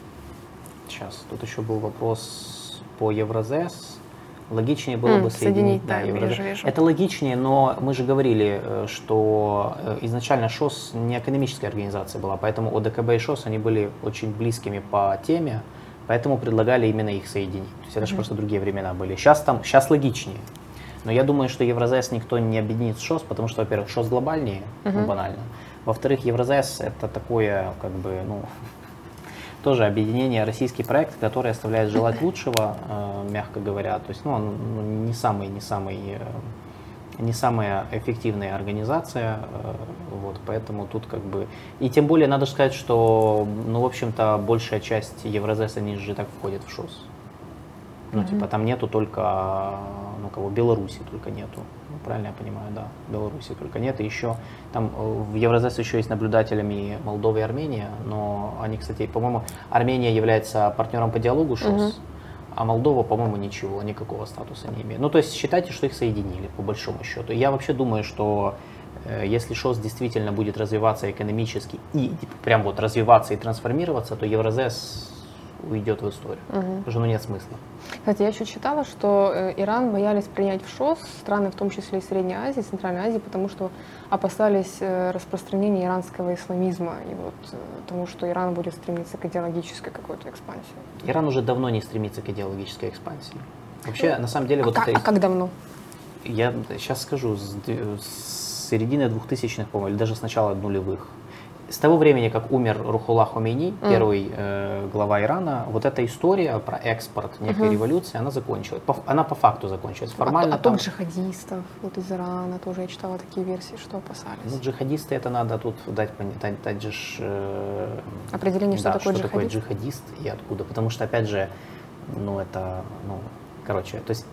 сейчас, тут еще был вопрос по Евразес. Логичнее было mm, бы соединить, соединить да, Евразес. Вижу, вижу. Это логичнее, но мы же говорили, что изначально ШОС не экономическая организация была, поэтому ОДКБ и ШОС, они были очень близкими по теме, поэтому предлагали именно их соединить. То есть это mm-hmm. же просто другие времена были. Сейчас там, сейчас логичнее. Но я думаю, что Евразес никто не объединит с ШОС, потому что, во-первых, ШОС глобальнее, uh-huh. ну, банально. Во-вторых, Евразес это такое, как бы, ну, тоже объединение, российский проект, который оставляет желать лучшего, э, мягко говоря. То есть, ну, он ну, не самый, не самый, э, не самая эффективная организация, э, вот, поэтому тут как бы... И тем более надо сказать, что, ну, в общем-то, большая часть Евразеса, они же так входят в ШОС. Ну, mm-hmm. типа, там нету только, ну, кого, Беларуси только нету. Ну, правильно я понимаю, да, Беларуси только нет. И еще, там в Евразес еще есть наблюдателями Молдова и Армения, но они, кстати, по-моему, Армения является партнером по диалогу ШОС, mm-hmm. а Молдова, по-моему, ничего, никакого статуса не имеет. Ну, то есть, считайте, что их соединили, по большому счету. Я вообще думаю, что э, если ШОС действительно будет развиваться экономически и прям вот развиваться и трансформироваться, то Евразес уйдет в историю, угу. потому что ну, нет смысла. Кстати, я еще читала, что э, Иран боялись принять в ШОС страны, в том числе и Средней Азии, Центральной Азии, потому что опасались э, распространения иранского исламизма и вот э, тому, что Иран будет стремиться к идеологической какой-то экспансии. Иран уже давно не стремится к идеологической экспансии. Вообще, ну, на самом деле, а вот как, это... А как давно? Я сейчас скажу, с, с середины двухтысячных, по-моему, или даже с начала нулевых. С того времени, как умер Рухуллах Хомейни, mm. первый э, глава Ирана, вот эта история про экспорт некой uh-huh. революции, она закончилась. По, она по факту закончилась. Формально а там... от джихадистов вот из Ирана тоже я читала такие версии, что опасались. Ну, джихадисты, это надо тут дать, дать, дать же... Э, Определение, что, да, такое, что джихадист? такое джихадист и откуда. Потому что, опять же, ну это, ну, короче, то есть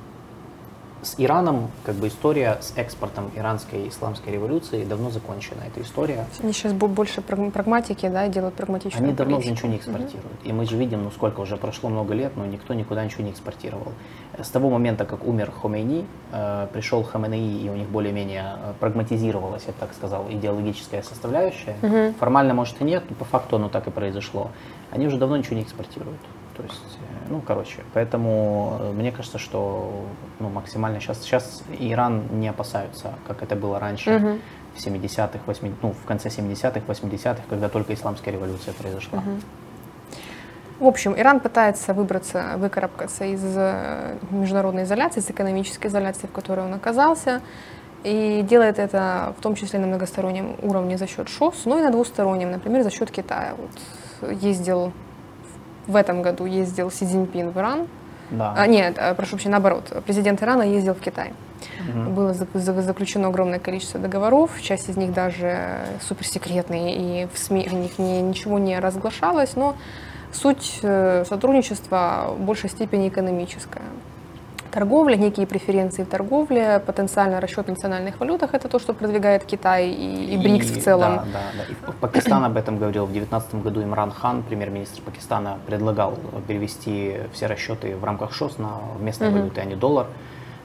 с Ираном, как бы история с экспортом иранской исламской революции давно закончена. Эта история. Они сейчас больше прагматики, да, делают прагматичную Они давно политику. ничего не экспортируют. Mm-hmm. И мы же видим, ну сколько уже прошло много лет, но никто никуда ничего не экспортировал. С того момента, как умер Хомейни, э, пришел Хаменеи, и у них более-менее прагматизировалась, я так сказал, идеологическая составляющая. Mm-hmm. Формально, может, и нет, но по факту оно так и произошло. Они уже давно ничего не экспортируют. То есть, ну, короче, поэтому мне кажется, что ну, максимально сейчас, сейчас Иран не опасаются, как это было раньше, uh-huh. в семидесятых, восьмидесятых, ну, в конце семидесятых, восьмидесятых, когда только исламская революция произошла. Uh-huh. В общем, Иран пытается выбраться, выкарабкаться из международной изоляции, из экономической изоляции, в которой он оказался, и делает это в том числе на многостороннем уровне за счет ШОС, но и на двустороннем, например, за счет Китая. Вот ездил В этом году ездил Си Цзиньпин в Иран. Да. А, нет, прошу прощения, наоборот. Президент Ирана ездил в Китай. Угу. Было заключено огромное количество договоров, часть из них даже суперсекретные, и в СМИ в них не, ничего не разглашалось, но суть сотрудничества в большей степени экономическая. Торговля, некие преференции в торговле, потенциально расчет в национальных валютах – это то, что продвигает Китай и, и БРИКС в целом. Да, да, да. И Пакистан об этом говорил. В две тысячи девятнадцатом году Имран Хан, премьер-министр Пакистана, предлагал перевести все расчеты в рамках ШОС на местные uh-huh. валюты, а не доллар.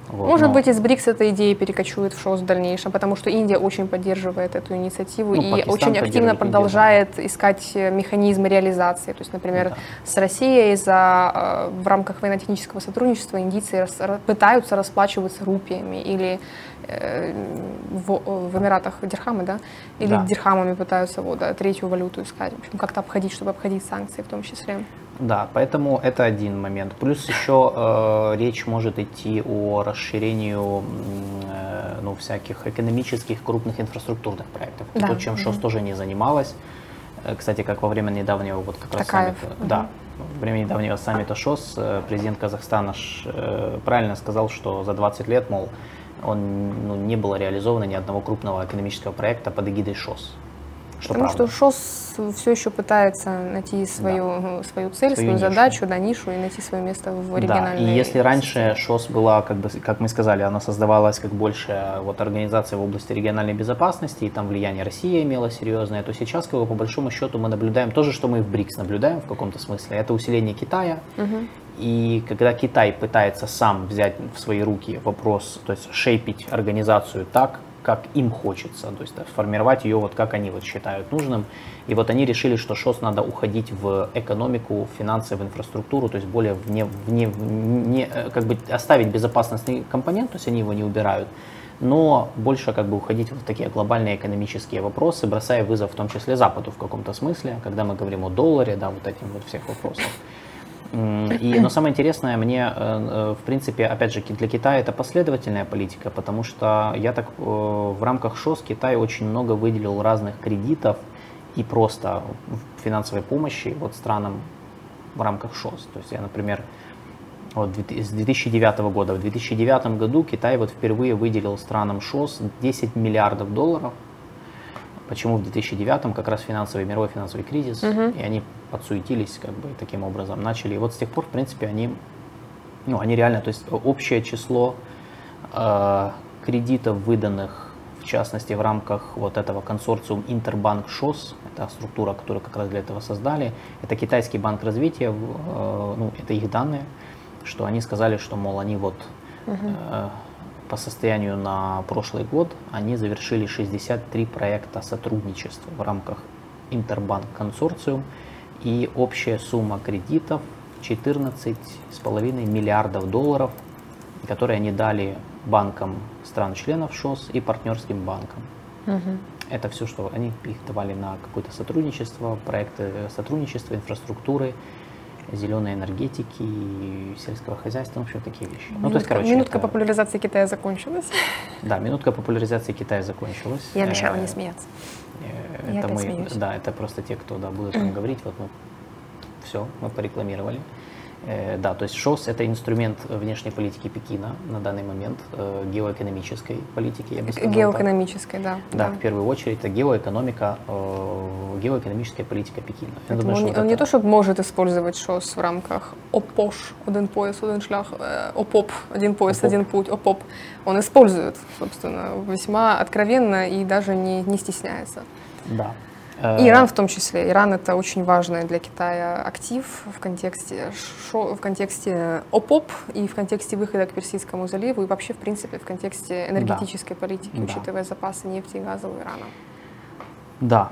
Вот, Может но... быть, из БРИКС эта идея перекочует в ШОС в дальнейшем, потому что Индия очень поддерживает эту инициативу ну, и очень активно продолжает Индия, да. искать механизмы реализации. То есть, например, да. с Россией за, в рамках военно-технического сотрудничества индийцы рас, пытаются расплачиваться рупиями или э, в, в Эмиратах дирхамы, да? Или да. дирхамами пытаются вот, да, третью валюту искать, в общем, как-то обходить, чтобы обходить санкции в том числе. Да, поэтому это один момент. Плюс еще э, речь может идти о расширении э, ну, всяких экономических крупных инфраструктурных проектов. Да. То, чем ШОС mm-hmm. тоже не занималась. Кстати, как во время недавнего вот как раз саммита, mm-hmm. да, во время недавнего саммита ШОС президент Казахстана э, правильно сказал, что за двадцать лет, мол, он, ну, не было реализовано ни одного крупного экономического проекта под эгидой ШОС. Что Потому правда. что ШОС все еще пытается найти свою, да. свою цель, свою, свою задачу, да, нишу и найти свое место в региональной. Да. И если раньше системе. ШОС была, как бы, как мы сказали, она создавалась как больше вот, организация в области региональной безопасности, и там влияние России имело серьезное, то сейчас, как бы, по большому счету, мы наблюдаем то же, что мы и в БРИКС наблюдаем в каком-то смысле. Это усиление Китая. Угу. И когда Китай пытается сам взять в свои руки вопрос, то есть шейпить организацию так, как им хочется, то есть да, формировать ее вот как они вот считают нужным. И вот они решили, что ШОС надо уходить в экономику, в финансы, в инфраструктуру, то есть более вне, вне, вне, как бы оставить безопасностный компонент, то есть они его не убирают, но больше как бы уходить в такие глобальные экономические вопросы, бросая вызов в том числе Западу в каком-то смысле, когда мы говорим о долларе, да, вот этим вот всех вопросов. И, но самое интересное мне, в принципе, опять же, для Китая это последовательная политика, потому что я так в рамках ШОС Китай очень много выделил разных кредитов и просто финансовой помощи вот странам в рамках ШОС. То есть я, например, вот с две тысячи девятого года, в две тысячи девятом году Китай вот впервые выделил странам ШОС десять миллиардов долларов. Почему в две тысячи девятом как раз финансовый, мировой финансовый кризис, uh-huh. и они подсуетились как бы таким образом, начали. И вот с тех пор, в принципе, они, ну, они реально, то есть общее число э, кредитов, выданных, в частности, в рамках вот этого консорциума Интербанк ШОС, это структура, которую как раз для этого создали, это китайский банк развития, э, ну, это их данные, что они сказали, что, мол, они вот... Uh-huh. э, по состоянию на прошлый год они завершили шестьдесят три проекта сотрудничества в рамках Интербанк консорциум, и общая сумма кредитов четырнадцать с половиной миллиардов долларов, которые они дали банкам стран-членов ШОС и партнерским банкам. Угу. Это все, что они их давали на какое-то сотрудничество, проекты сотрудничества, инфраструктуры, зеленой энергетики, сельского хозяйства, в общем, такие вещи. Минутка, ну, то есть, короче, минутка это... популяризации Китая закончилась. Да, минутка популяризации Китая закончилась. Я обещала не смеяться. Это мы, смеюсь. Да, это просто те, кто да, будут там говорить, вот, ну, все, мы порекламировали. Да, то есть ШОС – это инструмент внешней политики Пекина на данный момент, геоэкономической политики, я бы сказал. Геоэкономической, да. Да, да, в первую очередь это геоэкономика, геоэкономическая политика Пекина. Я думаю, он что он вот не то, чтобы может использовать ШОС в рамках ОПОШ, один пояс, один шлях, ОПОП, один пояс, ОПОП. Один путь, ОПОП. Он использует, собственно, весьма откровенно и даже не, не стесняется. Да. И Иран в том числе. Иран — это очень важный для Китая актив в контексте, шо, в контексте ОПОП и в контексте выхода к Персидскому заливу и вообще, в принципе, в контексте энергетической да. политики, да. учитывая запасы нефти и газа у Ирана. Да,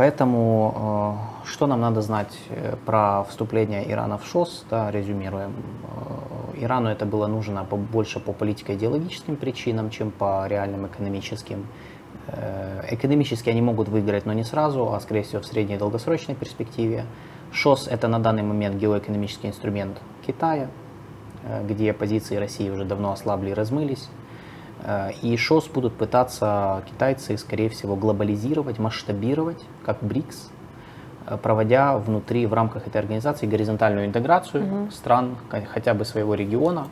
поэтому э, что нам надо знать про вступление Ирана в ШОС, да, резюмируем. Э, Ирану это было нужно по, больше по политико-идеологическим причинам, чем по реальным экономическим. Экономически они могут выиграть, но не сразу, а скорее всего в средней и долгосрочной перспективе. ШОС – это на данный момент геоэкономический инструмент Китая, где позиции России уже давно ослабли и размылись. И ШОС будут пытаться китайцы, скорее всего, глобализировать, масштабировать, как БРИКС, проводя внутри, в рамках этой организации горизонтальную интеграцию угу. стран, хотя бы своего региона,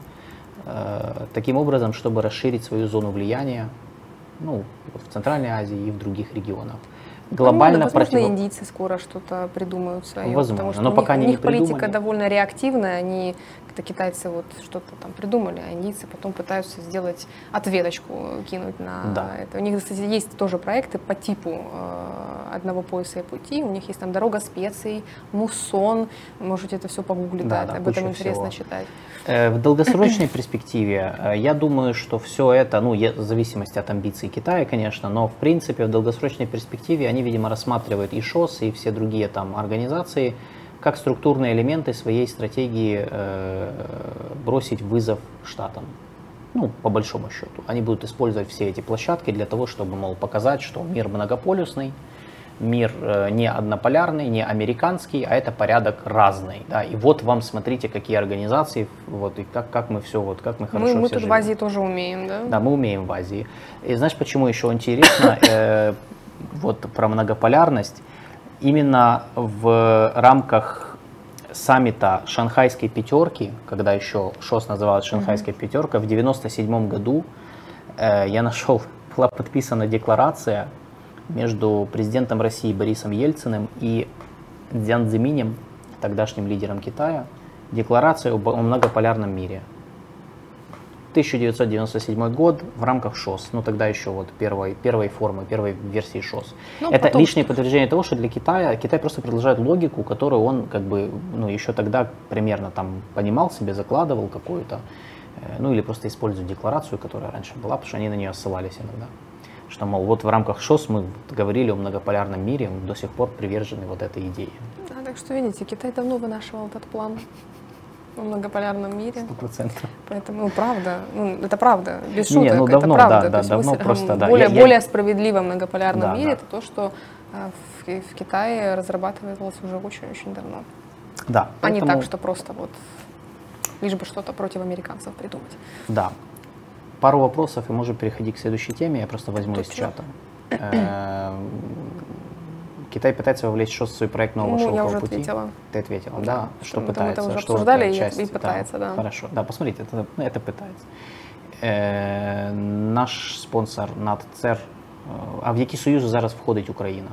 таким образом, чтобы расширить свою зону влияния, ну, в Центральной Азии и в других регионах. Глобально ну, возможно, против... индийцы скоро что-то придумают свое. Возможно, потому что но у пока них, они у них не придумали. политика довольно реактивная, они, как-то китайцы вот что-то там придумали, а индийцы потом пытаются сделать ответочку, кинуть на да. это. У них, кстати, есть тоже проекты по типу э, одного пояса и пути, у них есть там дорога специй, муссон, можете это все погуглить, да, да, да, об этом всего. интересно читать. В долгосрочной перспективе, я думаю, что все это, ну, в зависимости от амбиций Китая, конечно, но в принципе в долгосрочной перспективе они, видимо, рассматривают и ШОС, и все другие там организации как структурные элементы своей стратегии э, бросить вызов Штатам. Ну, по большому счету. Они будут использовать все эти площадки для того, чтобы, мол, показать, что мир многополюсный, мир э, не однополярный, не американский, а это порядок разный. Да? И вот вам, смотрите, какие организации, вот, и как, как мы все, вот, как мы хорошо Мы, мы все тут живем. в Азии тоже умеем, да? Да, мы умеем в Азии. И знаешь, почему еще интересно, э, вот про многополярность? Именно в рамках саммита Шанхайской пятерки, когда еще ШОС называлась Шанхайская mm-hmm. пятерка, в девяносто седьмом году э, я нашел, была подписана декларация между президентом России Борисом Ельциным и Цзян Цзиминем, тогдашним лидером Китая, декларация об, о многополярном мире. тысяча девятьсот девяносто седьмой год в рамках ШОС, ну тогда еще вот первой, первой формы, первой версии ШОС. Ну, это потом, лишнее что... подтверждение того, что для Китая, Китай просто продолжает логику, которую он как бы, ну еще тогда примерно там понимал себе, закладывал какую-то, ну или просто использует декларацию, которая раньше была, потому что они на нее ссылались иногда. Что, мол, вот в рамках ШОС мы говорили о многополярном мире, мы до сих пор привержены вот этой идее. Да, так что видите, Китай давно вынашивал этот план в многополярном мире. Сто процентов. Поэтому, ну, правда, ну, это правда, без шуток, Не, ну, давно, это правда. Да, да, То давно мысль, просто, да. Более, я, более я... справедливом многополярном да, мире, да. это то, что э, в, в Китае разрабатывалось уже очень-очень давно. Да. А поэтому... не так, что просто вот лишь бы что-то против американцев придумать. Да. Пару вопросов, и можем переходить к следующей теме, я просто возьму из чата. Китай пытается вовлечь ШОС в свой проект нового шелкового пути. Я уже пути. Ответила. Ты ответила, да? да. Что мы пытается? Мы это уже что обсуждали, это и, часть, и пытается, да. да. Хорошо, да, посмотрите, это, это пытается. Э, наш спонсор НАТЦЕР. А в які союзи зараз входить Украина?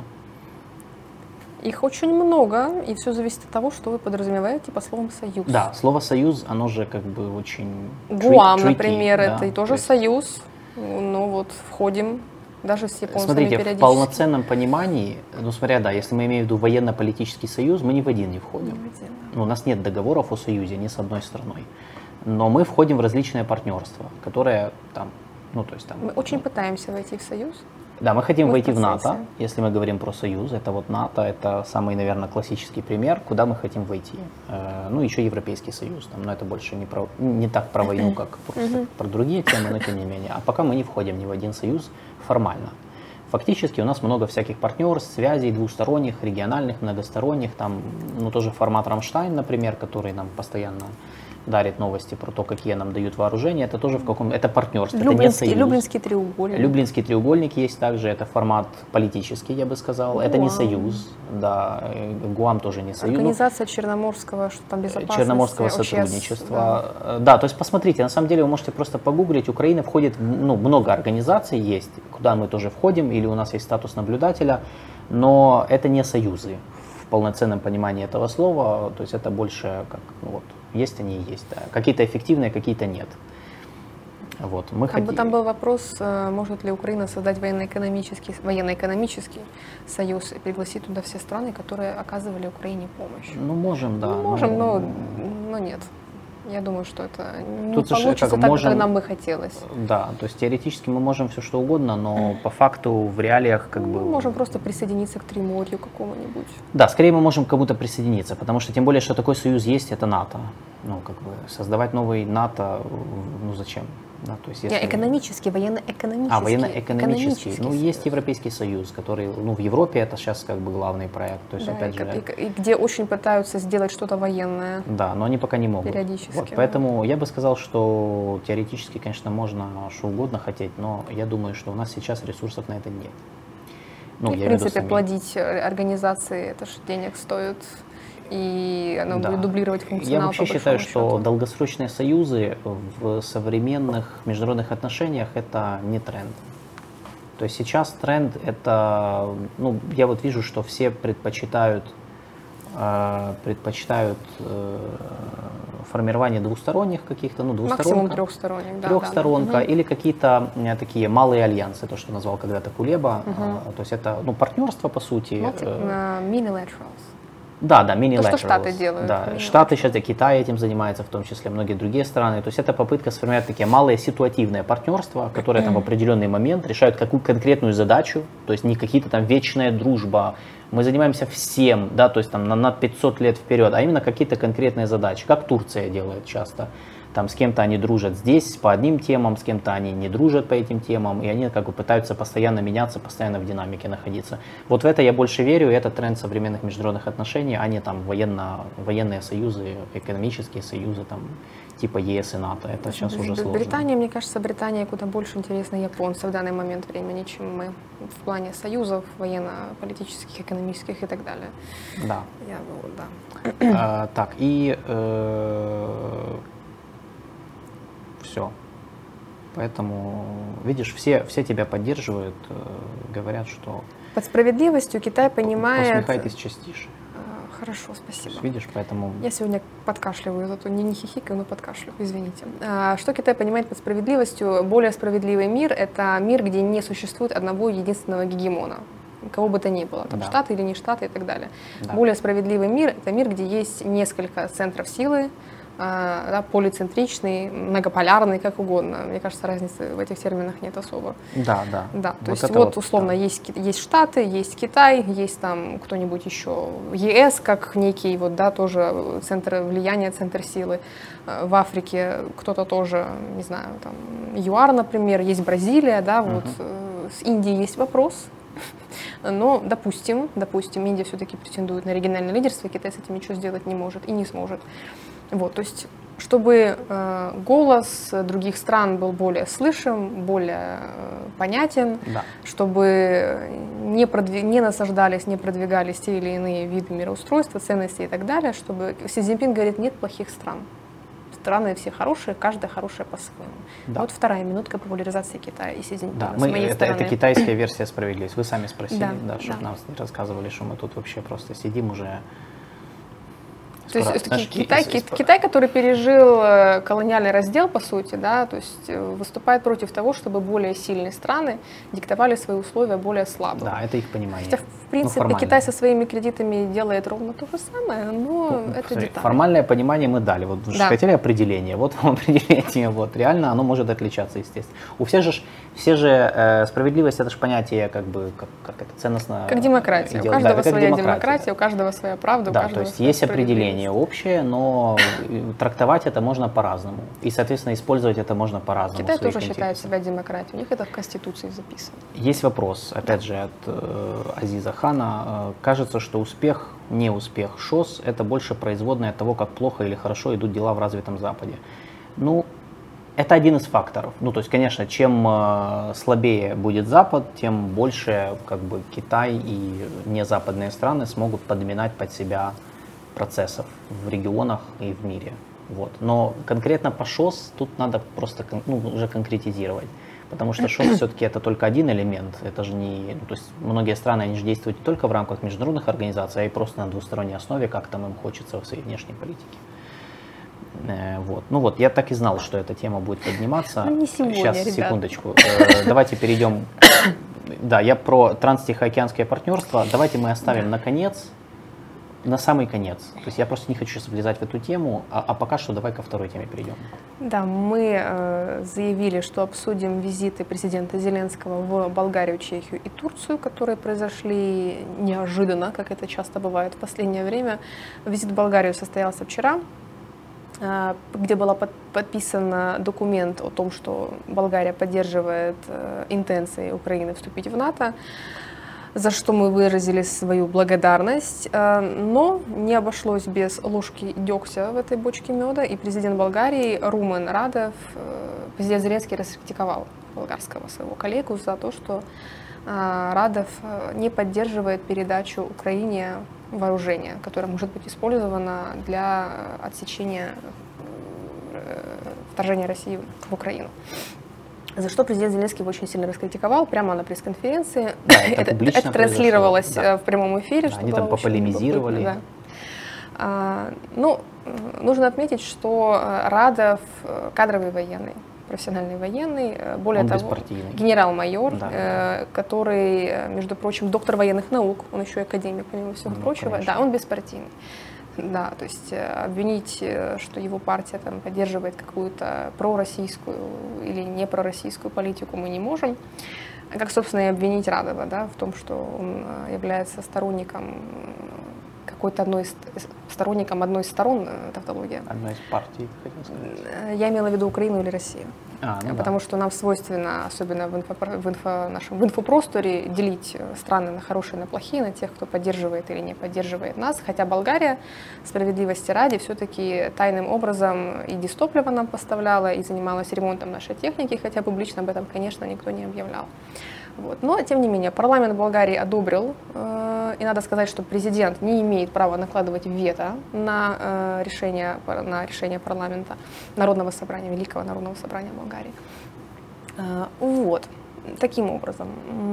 Их очень много, и все зависит от того, что вы подразумеваете по словам «союз». Да, слово «союз», оно же как бы очень... Гуам, tricky, например, да, это и тоже есть... союз, но вот входим даже с японцами. Смотрите, периодически. В полноценном понимании, ну смотря, да, если мы имеем в виду военно-политический союз, мы ни в один не входим. Не в один, да. Ну, у нас нет договоров о союзе ни с одной страной. Но мы входим в различные партнерства, которые там, ну то есть там... Мы очень пытаемся войти в союз. Да, мы хотим мы войти в, в НАТО, если мы говорим про союз. Это вот НАТО, это самый, наверное, классический пример, куда мы хотим войти. Ну, еще Европейский союз, там, но это больше не, про, не так про войну, как просто про другие темы, но тем не менее. А пока мы не входим ни в один союз формально. Фактически у нас много всяких партнерств, связей двусторонних, региональных, многосторонних. Там, ну, тоже формат Рамштайн, например, который нам постоянно дарит новости про то, какие нам дают вооружения. Это тоже в каком... Это партнерство, это не союз. Люблинский треугольник. Люблинский треугольник есть также, это формат политический, я бы сказал. Гуам. Это не союз, да. Гуам тоже не союз. Организация Черноморского, что там безопасности, Черноморского ОЧС, сотрудничества. Да. да, то есть посмотрите, на самом деле вы можете просто погуглить, Украина входит, ну, много организаций есть, куда мы тоже входим, или у нас есть статус наблюдателя, но это не союзы в полноценном понимании этого слова, то есть это больше как, ну, вот, есть они и есть, да. Какие-то эффективные, какие-то нет. Вот, мы там, хотим... там был вопрос, может ли Украина создать военно-экономический, военно-экономический союз и пригласить туда все страны, которые оказывали Украине помощь. Ну, можем, да. Ну, можем, но, но нет. Я думаю, что это не Тут получится как, так, можем, как нам бы хотелось. Да, то есть теоретически мы можем все что угодно, но по факту в реалиях как ну, бы... Мы можем просто присоединиться к Триморью какому-нибудь. Да, скорее мы можем к кому-то присоединиться, потому что тем более, что такой союз есть, это НАТО. Ну, как бы создавать новый НАТО, ну зачем? Да, то есть, если... Я экономический, военно-экономический. А, военно-экономический. Ну, союз. есть Европейский союз, который, ну, в Европе это сейчас как бы главный проект. То есть, да, опять и, же... и, и где очень пытаются сделать что-то военное. Да, но они пока не могут. Периодически. Вот, поэтому я бы сказал, что теоретически, конечно, можно что угодно хотеть, но я думаю, что у нас сейчас ресурсов на это нет. Ну, и, в принципе, плодить организации, это же денег стоит. И оно да. будет дублировать функционал. Я вообще считаю, счету. что долгосрочные союзы в современных международных отношениях это не тренд. То есть сейчас тренд это, ну, я вот вижу, что все предпочитают, э, предпочитают э, формирование двусторонних каких-то, ну, двусторонка. Максимум трехсторонних, да. Трехсторонка, да, да. или какие-то такие малые альянсы, то, что назвал когда-то Кулеба. Угу. То есть это, ну, партнерство, по сути. Minilaterals. Да, да, mini-laterals. То, что Штаты делают. Да, Штаты сейчас, да, Китай этим занимается, в том числе многие другие страны. То есть это попытка сформировать такие малые ситуативные партнерства, которые там в определенный момент решают какую конкретную задачу, то есть не какие-то там вечная дружба. Мы занимаемся всем, да, то есть там на, на пятьсот лет вперед, а именно какие-то конкретные задачи, как Турция делает часто. Там с кем-то они дружат здесь по одним темам, с кем-то они не дружат по этим темам, и они как бы пытаются постоянно меняться, постоянно в динамике находиться. Вот в это я больше верю, и это тренд современных международных отношений, а не там военно, военные союзы, экономические союзы, там, типа ЕС и НАТО. Это сейчас уже сложно. Британия, мне кажется, Британия куда больше интересна японцам в данный момент времени, чем мы в плане союзов, военно-политических, экономических и так далее. Да. Я, ну, да. А, так, и... Э Все. Поэтому, видишь, все, все тебя поддерживают, говорят, что... Под справедливостью Китай понимает... Усмехайтесь частише. Хорошо, спасибо. Видишь, поэтому... Я сегодня подкашливаю, зато не, не хихикаю, но подкашливаю, извините. Что Китай понимает под справедливостью? Более справедливый мир – это мир, где не существует одного единственного гегемона. Кого бы то ни было, там, да. Штаты или не Штаты и так далее. Да. Более справедливый мир – это мир, где есть несколько центров силы, да, полицентричный, многополярный, как угодно. Мне кажется, разницы в этих терминах нет особо. Да, да. Да, то вот есть вот, вот условно да. есть, есть Штаты, есть Китай, есть там кто-нибудь еще, ЕС, как некий вот, да, тоже центр влияния, центр силы. В Африке кто-то тоже, не знаю, там, ЮАР, например, есть Бразилия, да, вот uh-huh. С Индией есть вопрос. Но, допустим, допустим, Индия все-таки претендует на региональное лидерство, Китай с этим ничего сделать не может и не сможет. Вот, то есть, чтобы э, голос других стран был более слышим, более э, понятен, да. Чтобы не, продвиг... не насаждались, не продвигались те или иные виды мироустройства, ценности и так далее, чтобы Си Цзиньпин говорит, нет плохих стран. Страны все хорошие, каждая хорошая по-своему. Да. Вот вторая минутка популяризации Китая и Си Цзиньпина. Да, мы, это, это китайская версия справедливости. Вы сами спросили, да, да, чтобы да. нам не рассказывали, что мы тут вообще просто сидим уже... То есть знаешь, Китай, Ки, Китай, который пережил колониальный раздел, по сути, да, то есть выступает против того, чтобы более сильные страны диктовали свои условия более слабым. Да, это их понимание. Хотя, в принципе, ну, Китай со своими кредитами делает ровно то же самое, но ну, это смотри, детали. Формальное понимание мы дали. Вот вы да. же хотели определение. Вот вам определение. Вот. Реально оно может отличаться, естественно. У всех же, все же э, справедливость, это же понятие как бы, как, как это ценностно. Как демократия. Идеал. У каждого да, своя демократия. демократия, у каждого своя правда, да, у каждого то есть есть определение общее, но трактовать это можно по-разному. И, соответственно, использовать это можно по-разному. Китай тоже считает себя демократией. У них это в Конституции записано. Есть вопрос, опять же, от э, Азиза Хана. Э, кажется, что успех, не успех ШОС – это больше производное от того, как плохо или хорошо идут дела в развитом Западе. Ну, это один из факторов. Ну, то есть, конечно, чем э, слабее будет Запад, тем больше как бы Китай и незападные страны смогут подминать под себя процессов в регионах и в мире. Вот. Но конкретно по ШОС тут надо просто ну, уже конкретизировать. Потому что ШОС все-таки это только один элемент. Это же не, ну, то есть многие страны, они же действуют не только в рамках международных организаций, а и просто на двусторонней основе, как там им хочется в своей внешней политике. Э, вот. Ну вот, я так и знал, что эта тема будет подниматься. Ну, не сегодня, Сейчас, ребята. секундочку. Э, давайте перейдем. Да, я про транстихоокеанское партнерство. Давайте мы оставим на конец. На самый конец. То есть я просто не хочу сейчас влезать в эту тему, а, а пока что давай ко второй теме перейдем. Да, мы э, заявили, что обсудим визиты президента Зеленского в Болгарию, Чехию и Турцию, которые произошли неожиданно, как это часто бывает в последнее время. Визит в Болгарию состоялся вчера, э, где был под, подписан документ о том, что Болгария поддерживает э, интенции Украины вступить в НАТО, за что мы выразили свою благодарность, но не обошлось без ложки дегтя в этой бочке меда, и президент Болгарии Румен Радев, президент Зеленский раскритиковал болгарского своего коллегу за то, что Радев не поддерживает передачу Украине вооружения, которое может быть использовано для отсечения вторжения России в Украину. За что президент Зеленский его очень сильно раскритиковал прямо на пресс-конференции. Да, это, это, это транслировалось да. в прямом эфире. Да, они там пополемизировали. Да. Ну, нужно отметить, что Радов кадровый военный, профессиональный военный, более он того, генерал-майор, да. который, между прочим, доктор военных наук, он еще и академик, помимо всего ну, прочего, конечно. Да, он беспартийный. Да, то есть обвинить, что его партия там поддерживает какую-то пророссийскую или не пророссийскую политику, мы не можем. Как, собственно, и обвинить Радова, да, в том, что он является сторонником какой-то одной из, сторонником одной из сторон, тавтология. Одной из партий, хотел сказать. Я имела в виду Украину или Россию. А, ну Потому да. что нам свойственно, особенно в, инфо, в, инфо, нашем, в инфопросторе, делить страны на хорошие и на плохие, на тех, кто поддерживает или не поддерживает нас. Хотя Болгария, справедливости ради, все-таки тайным образом и дистопливо нам поставляла, и занималась ремонтом нашей техники, хотя публично об этом, конечно, никто не объявлял. Вот. Но, тем не менее, парламент Болгарии одобрил, э, и надо сказать, что президент не имеет права накладывать вето на, э, решение, на решение парламента Народного собрания, Великого Народного собрания Болгарии. Э, вот, таким образом.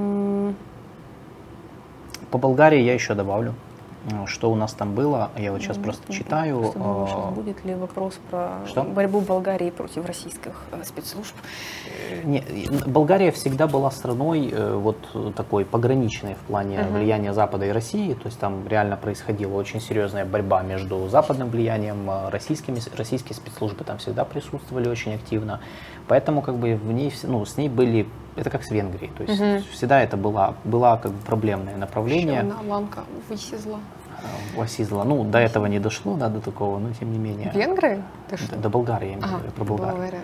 По Болгарии я еще добавлю, что у нас там было, я вот сейчас mm-hmm. просто читаю. Просто думаю, сейчас будет ли вопрос про что? борьбу Болгарии против российских спецслужб? Не, Болгария всегда была страной вот такой пограничной в плане uh-huh. влияния Запада и России, то есть там реально происходила очень серьезная борьба между западным влиянием, российскими, российские спецслужбы там всегда присутствовали очень активно, поэтому как бы в ней, ну, с ней были, это как с Венгрией, то есть uh-huh. всегда это была, была как бы проблемное направление. Еще одна ланка высизла. Осизла. Ну, до этого не дошло, да, до такого, но тем не менее. Венгры? Ты что? До, до Болгарии, я ага, говорю, про Болгарию. Болгария.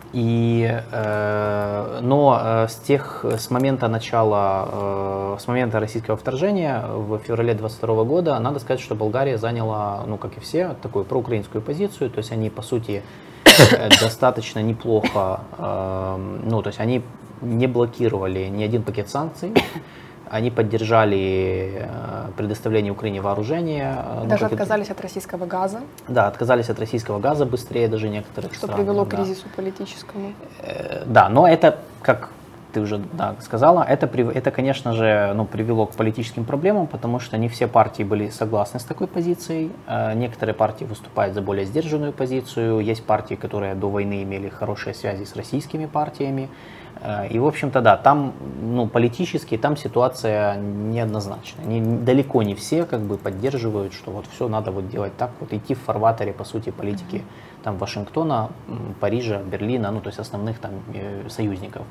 И, э, но э, с тех, с момента начала, э, с момента российского вторжения в феврале двадцать второго года, надо сказать, что Болгария заняла, ну, как и все, такую проукраинскую позицию, то есть они, по сути, достаточно неплохо, э, ну, то есть они не блокировали ни один пакет санкций. Они поддержали предоставление Украине вооружения. Даже ну, отказались это... от российского газа. Да, отказались от российского газа быстрее даже некоторых Что стран. привело к да. кризису политическому. Да, но это, как ты уже да, сказала, это, это, конечно же, ну, привело к политическим проблемам, потому что не все партии были согласны с такой позицией. Некоторые партии выступают за более сдержанную позицию. Есть партии, которые до войны имели хорошие связи с российскими партиями. И, в общем-то, да, там, ну, политически, там ситуация неоднозначная. Не, далеко не все, как бы, поддерживают, что вот все надо вот делать так, вот идти в фарватере, по сути, политики, mm-hmm. там, Вашингтона, Парижа, Берлина, ну, то есть основных там союзников.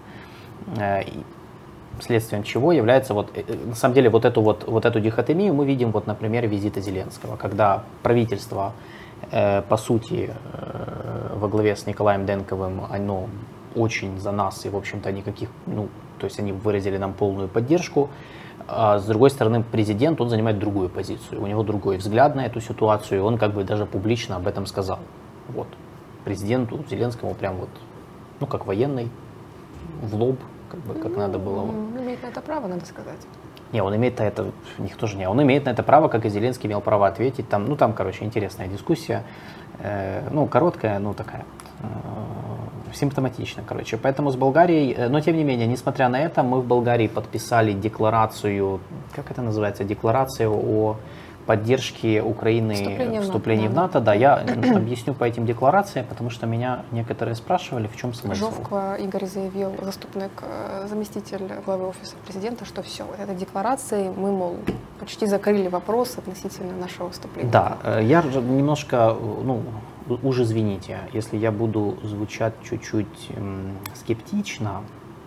И следствием чего является, вот, на самом деле, вот эту, вот, вот эту дихотомию мы видим, вот, например, визита Зеленского, когда правительство, э, по сути, э, во главе с Николаем Денковым, оно очень за нас, и, в общем-то, никаких, ну, то есть они выразили нам полную поддержку. А с другой стороны, президент, он занимает другую позицию, у него другой взгляд на эту ситуацию, и он как бы даже публично об этом сказал. Вот. Президенту Зеленскому прям вот, ну, как военный, в лоб, как бы, как ну, надо было. Он имеет на это право, надо сказать. Не, он имеет на это, никто же не, он имеет на это право, как и Зеленский имел право ответить. Там, ну, там, короче, интересная дискуссия, э, ну, короткая, ну, такая, э, симптоматично, короче. Поэтому с Болгарией, но тем не менее, несмотря на это, мы в Болгарии подписали декларацию, как это называется, декларацию о поддержке Украины вступление вступлении в НАТО. Да, я объясню по этим декларациям, потому что меня некоторые спрашивали, в чем смысл. Жовква Игорь заявил, заступник, заместитель главы офиса президента, что все, вот этой декларацией мы, мол, почти закрыли вопрос относительно нашего вступления. Да, я немножко, ну, уж извините, если я буду звучать чуть-чуть м, скептично,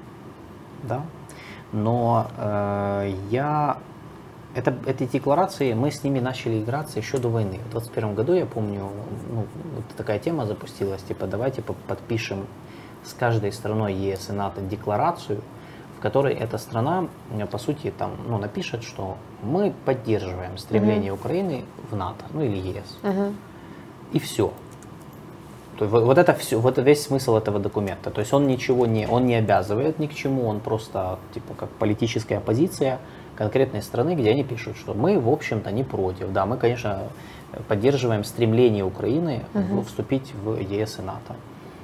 да, но э, я, это, эти декларации, мы с ними начали играться еще до войны. В двадцать первом году, я помню, ну, вот такая тема запустилась, типа давайте подпишем с каждой страной ЕС и НАТО декларацию, в которой эта страна, по сути, там, ну, напишет, что мы поддерживаем стремление mm-hmm. Украины в НАТО, ну или ЕС. Mm-hmm. И все. То есть, вот это все, вот весь смысл этого документа. То есть он ничего не, он не обязывает ни к чему, он просто типа как политическая позиция конкретной страны, где они пишут, что мы, в общем-то, не против. Да, мы, конечно, поддерживаем стремление Украины uh-huh. вступить в ЕС и НАТО.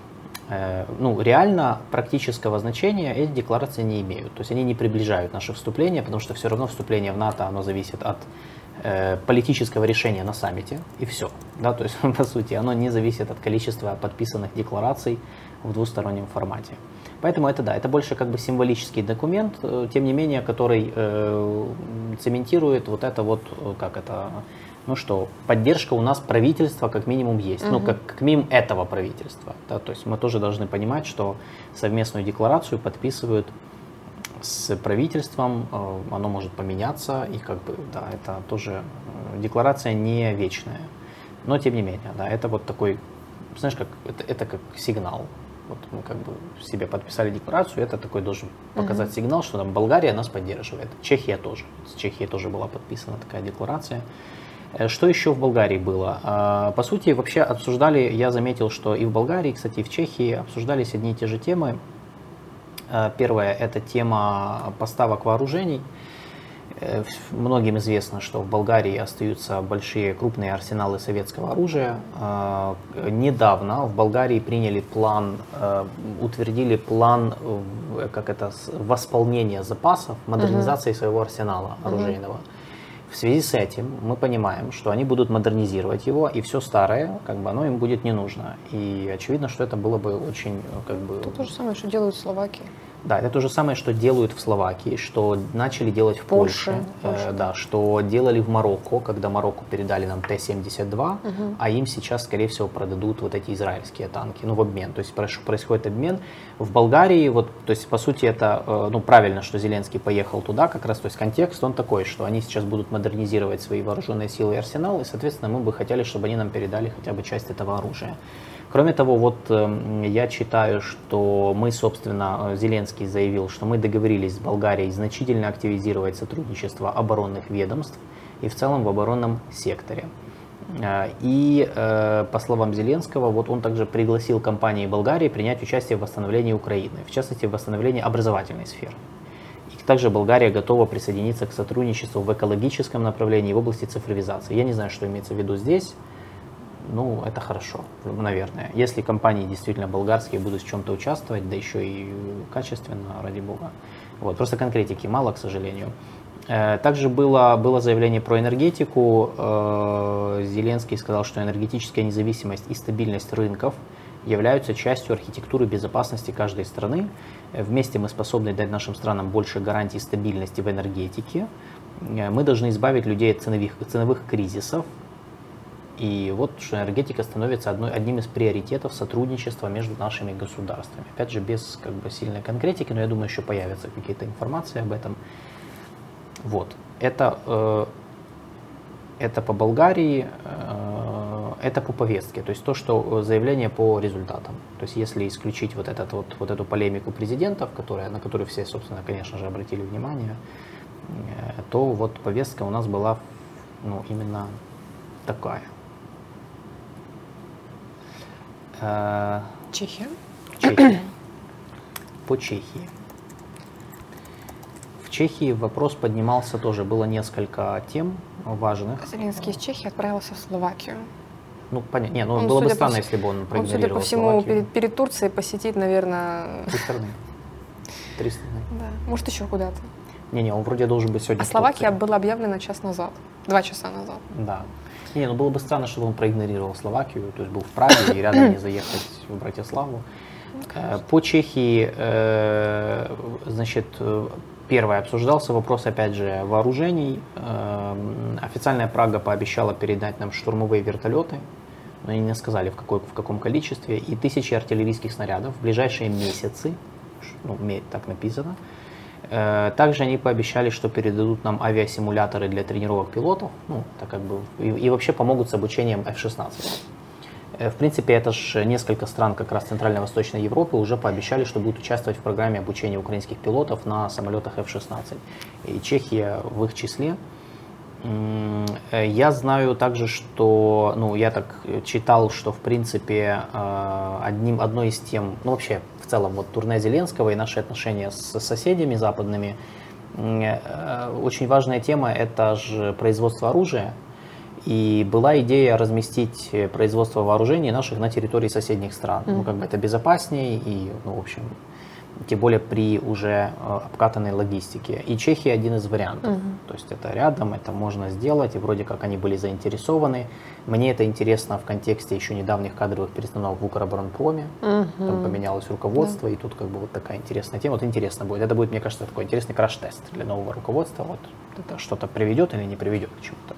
Э, ну, реально практического значения эти декларации не имеют. То есть они не приближают наше вступление, потому что все равно вступление в НАТО, оно зависит от политического решения на саммите, и все. Да, то есть, по сути, оно не зависит от количества подписанных деклараций в двустороннем формате. Поэтому это да, это больше как бы символический документ, тем не менее, который э, цементирует вот это вот, как это, ну что, поддержка у нас правительства как минимум есть, uh-huh. ну как, как минимум этого правительства. Да, то есть мы тоже должны понимать, что совместную декларацию подписывают с правительством, э, оно может поменяться, и как бы, да, это тоже э, декларация не вечная. Но тем не менее, да, это вот такой, знаешь, как, это, это как сигнал. Вот мы как бы себе подписали декларацию, это такой должен показать uh-huh. сигнал, что там Болгария нас поддерживает. Чехия тоже. С Чехией тоже была подписана такая декларация. Что еще в Болгарии было? По сути, вообще обсуждали, я заметил, что и в Болгарии, кстати, и в Чехии обсуждались одни и те же темы. Первая – это тема поставок вооружений. Многим известно, что в Болгарии остаются большие крупные арсеналы советского оружия. Недавно в Болгарии приняли план, утвердили план как это, восполнения запасов, модернизации uh-huh. своего арсенала оружейного. Uh-huh. В связи с этим мы понимаем, что они будут модернизировать его, и все старое, как бы, оно им будет не нужно. И очевидно, что это было бы очень... Как бы... Это то же самое, что делают в Словакии. Да, это то же самое, что делают в Словакии, что начали делать в Польше, Польше, Польше э, да, что делали в Марокко, когда Марокко передали нам Т семьдесят два, угу. а им сейчас, скорее всего, продадут вот эти израильские танки, ну, в обмен. То есть происходит обмен. В Болгарии, вот, то есть, по сути, это, э, ну, правильно, что Зеленский поехал туда, как раз, то есть, контекст, он такой, что они сейчас будут модернизировать свои вооруженные силы и арсенал, и, соответственно, мы бы хотели, чтобы они нам передали хотя бы часть этого оружия. Кроме того, вот э, я читаю, что мы, собственно, Зеленский заявил, что мы договорились с Болгарией значительно активизировать сотрудничество оборонных ведомств и в целом в оборонном секторе. И, э, по словам Зеленского, вот он также пригласил компании Болгарии принять участие в восстановлении Украины, в частности, в восстановлении образовательной сферы. И также Болгария готова присоединиться к сотрудничеству в экологическом направлении в области цифровизации. Я не знаю, что имеется в виду здесь. Ну, это хорошо, наверное. Если компании действительно болгарские будут в чем-то участвовать, да еще и качественно, ради бога. Вот, просто конкретики мало, к сожалению. Также было, было заявление про энергетику. Зеленский сказал, что энергетическая независимость и стабильность рынков являются частью архитектуры безопасности каждой страны. Вместе мы способны дать нашим странам больше гарантий стабильности в энергетике. Мы должны избавить людей от ценовых, ценовых кризисов. И вот что энергетика становится одной, одним из приоритетов сотрудничества между нашими государствами. Опять же, без как бы сильной конкретики, но я думаю, еще появятся какие-то информации об этом. Вот. Это, э, это по Болгарии, э, это по повестке. То есть то, что заявление по результатам. То есть если исключить вот, этот, вот, вот эту полемику президентов, которая, на которую все, собственно, конечно же, обратили внимание, э, то вот повестка у нас была ну, именно такая. Чехия. Чехия. По Чехии. В Чехии вопрос поднимался тоже, было несколько тем важных. Зеленский из Чехии отправился в Словакию. Ну, понятно. Не, ну, он, было бы странно, по, если бы он проигнорировал Он, судя по всему, перед, перед Турцией посетит, наверное... Три страны. Три страны. Да. Может, еще куда-то. Не-не, он вроде должен быть сегодня. А Словакия была объявлена час назад, два часа назад. Да. Не, ну было бы странно, чтобы он проигнорировал Словакию, то есть был в Праге и рядом не заехать в Братиславу. По Чехии, значит, первое, обсуждался вопрос, опять же, вооружений. Официальная Прага пообещала передать нам штурмовые вертолеты, но они не сказали, в, какой, в каком количестве, и тысячи артиллерийских снарядов в ближайшие месяцы, ну, так написано. Также они пообещали, что передадут нам авиасимуляторы для тренировок пилотов, ну, так как бы, и, и вообще помогут с обучением эф шестнадцать. В принципе, это же несколько стран как раз Центрально-Восточной Европы уже пообещали, что будут участвовать в программе обучения украинских пилотов на самолетах эф шестнадцать. И Чехия в их числе. Я знаю также, что, ну, я так читал, что, в принципе, одним, одной из тем, ну, вообще, в целом, вот турне Зеленского и наши отношения с соседями западными, очень важная тема – это же производство оружия. И была идея разместить производство вооружений наших на территории соседних стран. Mm-hmm. Ну, как бы это безопаснее и, ну, в общем, тем более при уже обкатанной логистике. И Чехия один из вариантов. Угу. То есть это рядом, это можно сделать, и вроде как они были заинтересованы. Мне это интересно в контексте еще недавних кадровых перестановок в Укроборонпроме. Угу. Там поменялось руководство, да. И тут как бы вот такая интересная тема. Вот интересно будет. Это будет, мне кажется, такой интересный краш-тест для нового руководства. Вот это что-то приведет или не приведет к чему-то.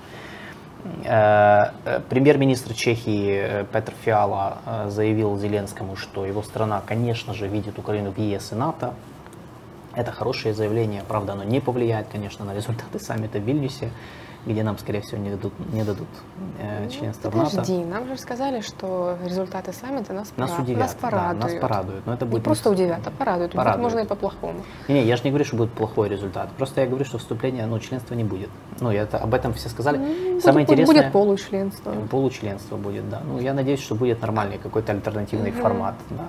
Премьер-министр Чехии Петр Фиала заявил Зеленскому, что его страна, конечно же, видит Украину в ЕС и НАТО. Это хорошее заявление, правда, оно не повлияет, конечно, на результаты саммита в Вильнюсе, где нам, скорее всего, не дадут, не дадут э, членство ну, в НАТО. Подожди, нам же сказали, что результаты саммита нас, нас, пора... удивят, нас порадуют. Да, нас порадуют. Но это будет не просто удивят, а порадуют. порадуют. Можно и по-плохому. Не, не, я же не говорю, что будет плохой результат. Просто я говорю, что вступления, ну, членства не будет. Ну, это, об этом все сказали. Ну, Самое будет, интересное... Будет получленство. Получленство будет, да. Ну, я надеюсь, что будет нормальный какой-то альтернативный угу. формат. Да.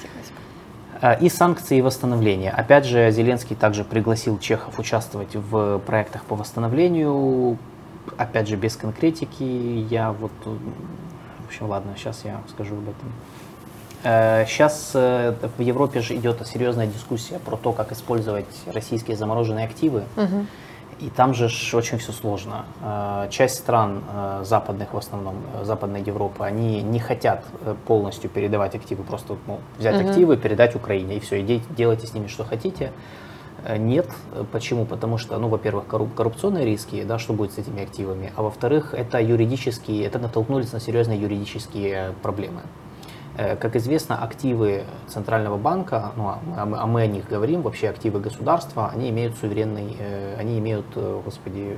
И санкции и восстановление. Опять же, Зеленский также пригласил чехов участвовать в проектах по восстановлению. Опять же, без конкретики. Я вот, в общем, ладно, сейчас я скажу об этом. Сейчас в Европе же идет серьезная дискуссия про то, как использовать российские замороженные активы. Угу. И там же очень все сложно. Часть стран западных, в основном Западной Европы, они не хотят полностью передавать активы, просто ну, взять uh-huh. активы, передать Украине, и все, и делайте с ними что хотите. Нет. Почему? Потому что, ну, во-первых, коррупционные риски, да, что будет с этими активами, а во-вторых, это юридические, это натолкнулись на серьезные юридические проблемы. Как известно, активы Центрального банка, ну, а мы о них говорим, вообще активы государства, они имеют суверенный, они имеют, господи,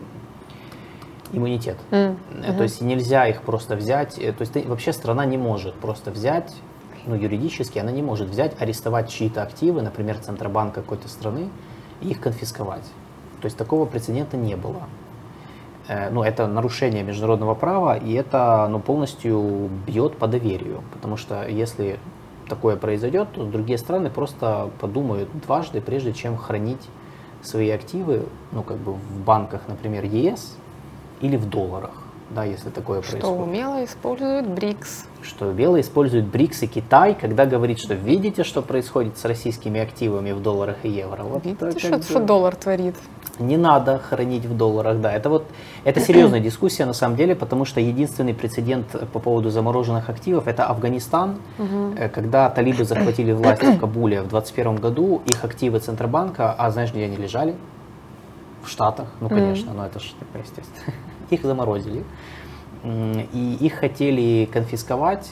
иммунитет. Mm-hmm. То есть нельзя их просто взять, то есть вообще страна не может просто взять, ну, юридически она не может взять, арестовать чьи-то активы, например, Центробанка какой-то страны, и их конфисковать. То есть такого прецедента не было. Ну, это нарушение международного права, и это ну, полностью бьет по доверию, потому что если такое произойдет, то другие страны просто подумают дважды, прежде чем хранить свои активы, ну, как бы в банках, например, ЕС или в долларах, да, если такое что происходит. Что умело использует БРИКС. Что умело использует БРИКС и Китай, когда говорит, что видите, что происходит с российскими активами в долларах и евро. Вот видите, что, что доллар творит. Не надо хранить в долларах, да. Это вот это серьезная дискуссия на самом деле, потому что единственный прецедент по поводу замороженных активов это Афганистан, угу. когда талибы захватили власть в Кабуле в двадцать первом году, их активы Центробанка, а знаешь, где они лежали? В Штатах, ну конечно, угу. но это же естественно. Их заморозили, и их хотели конфисковать.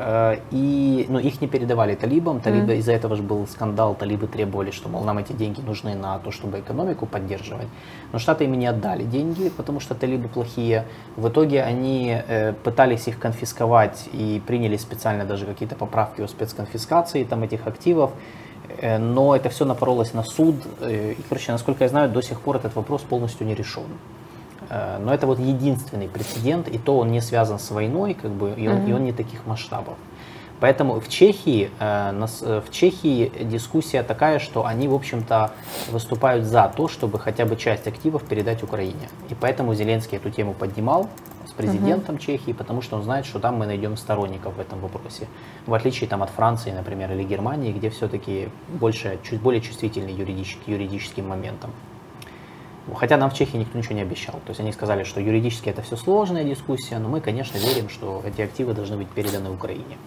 И, ну, их не передавали талибам, талибы, mm. из-за этого же был скандал, талибы требовали, что, мол, нам эти деньги нужны на то, чтобы экономику поддерживать. Но Штаты им не отдали деньги, потому что талибы плохие. В итоге они э, пытались их конфисковать и приняли специально даже какие-то поправки о спецконфискации там, этих активов. Э, но это все напоролось на суд. Э, и, короче, насколько я знаю, до сих пор этот вопрос полностью не решен. Но это вот единственный прецедент, и то он не связан с войной, как бы, и он, mm-hmm. и он не таких масштабов. Поэтому в Чехии, в Чехии дискуссия такая, что они, в общем-то, выступают за то, чтобы хотя бы часть активов передать Украине. И поэтому Зеленский эту тему поднимал с президентом mm-hmm. Чехии, потому что он знает, что там мы найдем сторонников в этом вопросе. В отличие там, от Франции, например, или Германии, где все-таки больше, чуть более чувствительны юридически, к юридическим моментам. Хотя нам в Чехии никто ничего не обещал. То есть они сказали, что юридически это все сложная дискуссия, но мы, конечно, верим, что эти активы должны быть переданы Украине.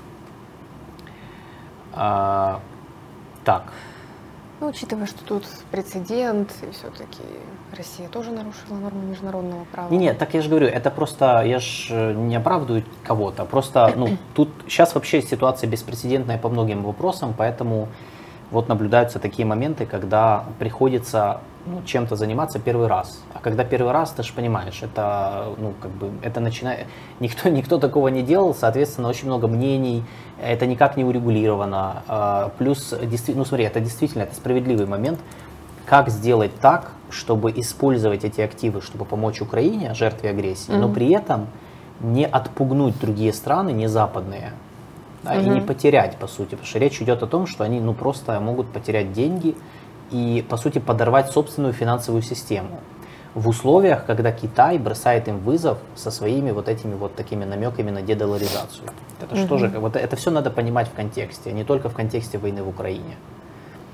А, так. Ну, учитывая, что тут прецедент, и все-таки Россия тоже нарушила нормы международного права. Не, не, так я же говорю, это просто, я же не оправдываю кого-то, просто, ну, тут сейчас вообще ситуация беспрецедентная по многим вопросам, поэтому вот наблюдаются такие моменты, когда приходится ну, чем-то заниматься первый раз. А когда первый раз, ты же понимаешь, это, ну, как бы, это начинает... Никто, никто такого не делал, соответственно, очень много мнений, это никак не урегулировано. Плюс, ну, смотри, это действительно это справедливый момент, как сделать так, чтобы использовать эти активы, чтобы помочь Украине, жертве агрессии, mm-hmm. но при этом не отпугнуть другие страны, не западные, да, mm-hmm. и не потерять, по сути. Потому что речь идет о том, что они ну, просто могут потерять деньги и, по сути, подорвать собственную финансовую систему. В условиях, когда Китай бросает им вызов со своими вот этими вот такими намеками на дедоларизацию. Это mm-hmm. что же, вот это все надо понимать в контексте, а не только в контексте войны в Украине.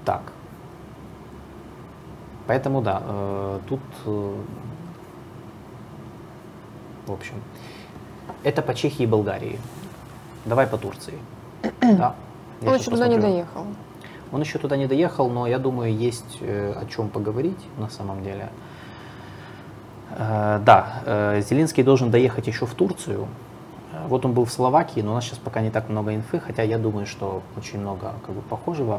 так. Поэтому да, э, тут, э, в общем, это по Чехии и Болгарии. Давай по Турции. Да, Он еще туда не доехал. Он еще туда не доехал, но я думаю, есть э, о чем поговорить на самом деле. Э, да, э, Зеленский должен доехать еще в Турцию. Вот он был в Словакии, но у нас сейчас пока не так много инфы, хотя я думаю, что очень много как бы похожего.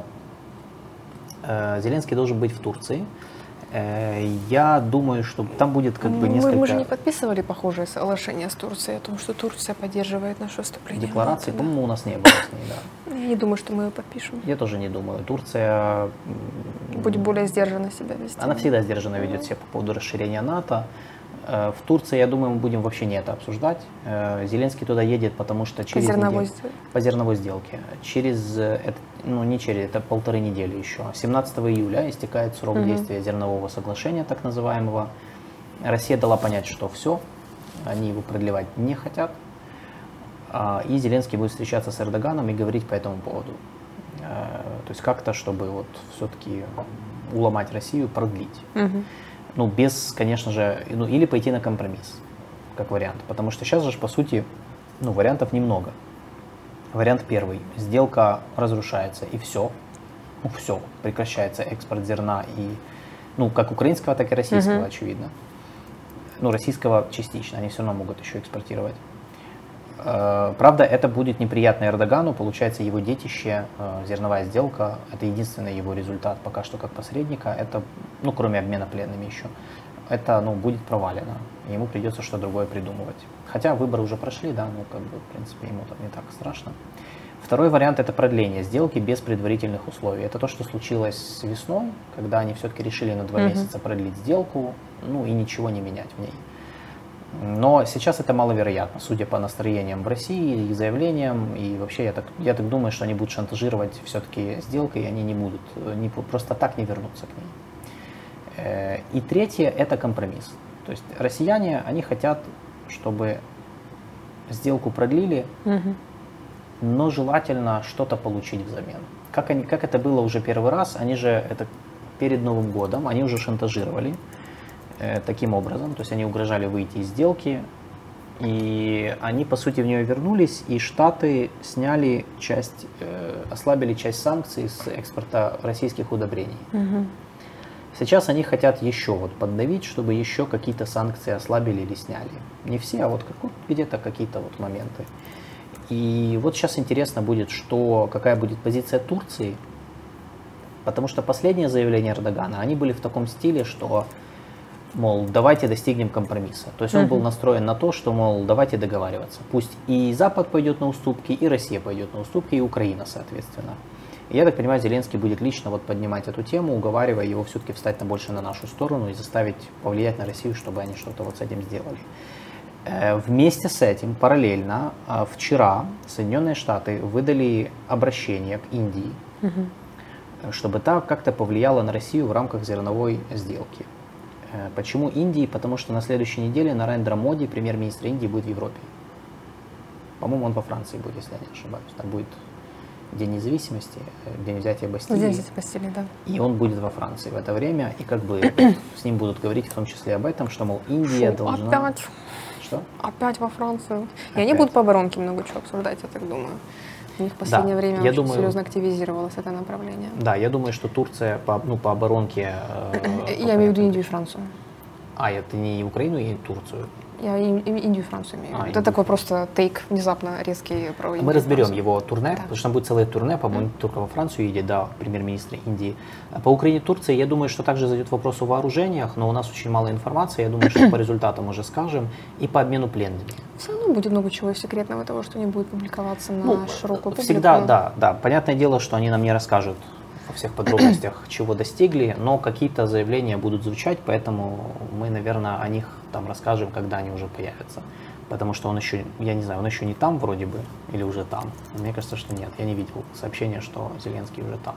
Э, Зеленский должен быть в Турции. Э, я думаю, что там будет как бы несколько... Мы же не подписывали похожее соглашение с Турцией о том, что Турция поддерживает наше вступление. Декларации, да? По-моему, у нас не было с ней, да. Я не думаю, что мы ее подпишем. Я тоже не думаю. Турция... Будет более сдержанно себя вести. Она всегда сдержанно ведет себя по поводу расширения НАТО. В Турции, я думаю, мы будем вообще не это обсуждать. Зеленский туда едет, потому что через по зерновой, неделю, по зерновой сделке. Через, это, ну не через, это полторы недели еще. семнадцатого июля истекает срок угу. действия зернового соглашения, так называемого. Россия дала понять, что все, они его продлевать не хотят. И Зеленский будет встречаться с Эрдоганом и говорить по этому поводу. То есть как-то, чтобы вот все-таки уломать Россию, продлить. Угу. Ну, без, конечно же, ну, или пойти на компромисс, как вариант. Потому что сейчас же, по сути, ну, вариантов немного. Вариант первый. Сделка разрушается, и все. Ну, все. Прекращается экспорт зерна, и, ну, как украинского, так и российского, uh-huh. очевидно. Ну, российского частично, они все равно могут еще экспортировать. Правда, это будет неприятно Эрдогану, получается, его детище, зерновая сделка, это единственный его результат пока что как посредника, это, ну, кроме обмена пленными еще, это, ну, будет провалено, ему придется что-то другое придумывать. Хотя выборы уже прошли, да, ну, как бы, в принципе, ему там не так страшно. Второй вариант – это продление сделки без предварительных условий. Это то, что случилось весной, когда они все-таки решили на два mm-hmm. месяца продлить сделку, ну, и ничего не менять в ней. Но сейчас это маловероятно, судя по настроениям в России и заявлениям, и вообще я так, я так думаю, что они будут шантажировать все-таки сделкой, и они не будут, не, просто так не вернутся к ней. И третье – это компромисс. То есть россияне, они хотят, чтобы сделку продлили, угу. но желательно что-то получить взамен. Как, они, как это было уже первый раз, они же это перед Новым годом, они уже шантажировали. Таким образом, то есть они угрожали выйти из сделки, и они, по сути, в нее вернулись, и Штаты сняли часть, э, ослабили часть санкций с экспорта российских удобрений. Угу. Сейчас они хотят еще вот поддавить, чтобы еще какие-то санкции ослабили или сняли. Не все, а вот как, где-то какие-то вот моменты. И вот сейчас интересно будет, что, какая будет позиция Турции, потому что последние заявления Эрдогана, они были в таком стиле, что мол, давайте достигнем компромисса. То есть он uh-huh. был настроен на то, что, мол, давайте договариваться. Пусть и Запад пойдет на уступки, и Россия пойдет на уступки, и Украина, соответственно. И я так понимаю, Зеленский будет лично вот поднимать эту тему, уговаривая его все-таки встать на больше на нашу сторону и заставить повлиять на Россию, чтобы они что-то вот с этим сделали. Вместе с этим, параллельно, вчера Соединенные Штаты выдали обращение к Индии, uh-huh. чтобы та как-то повлияла на Россию в рамках зерновой сделки. Почему Индии? Потому что на следующей неделе Нарендра Моди, премьер-министр Индии, будет в Европе. По-моему, он во Франции будет, если я не ошибаюсь. Там будет День независимости, День взятия Бастилии. День взятия Бастилии, да. И он будет во Франции в это время. И как бы с ним будут говорить в том числе об этом, что, мол, Индия Фу, должна... Опять? Что? Опять во Францию. Опять. И они будут по оборонке много чего обсуждать, я так думаю. У них в последнее да, время я очень думаю, серьезно активизировалось это направление. Да, я думаю, что Турция по, ну, по оборонке... Э, я имею в виду Индию и Францию. А, это не Украину и Турцию? Я Индию и Францию имею. А, это такой просто тейк, внезапно резкий про Индию. Мы разберем Францию. его турне, да. потому что там будет целое турне, по-моему, mm. только во Францию едет, да, премьер-министр Индии. По Украине и Турции, я думаю, что также зайдет вопрос о вооружениях, но у нас очень мало информации, я думаю, что по результатам уже скажем, и по обмену пленными. Все равно будет много чего секретного, того, что не будет публиковаться на ну, широкую публику. Всегда, да, да. Понятное дело, что они нам не расскажут во всех подробностях, чего достигли, но какие-то заявления будут звучать, поэтому мы, наверное, о них там расскажем, когда они уже появятся. Потому что он еще, я не знаю, он еще не там вроде бы, или уже там. Мне кажется, что нет. Я не видел сообщения, что Зеленский уже там.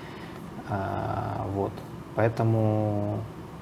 А, вот. Поэтому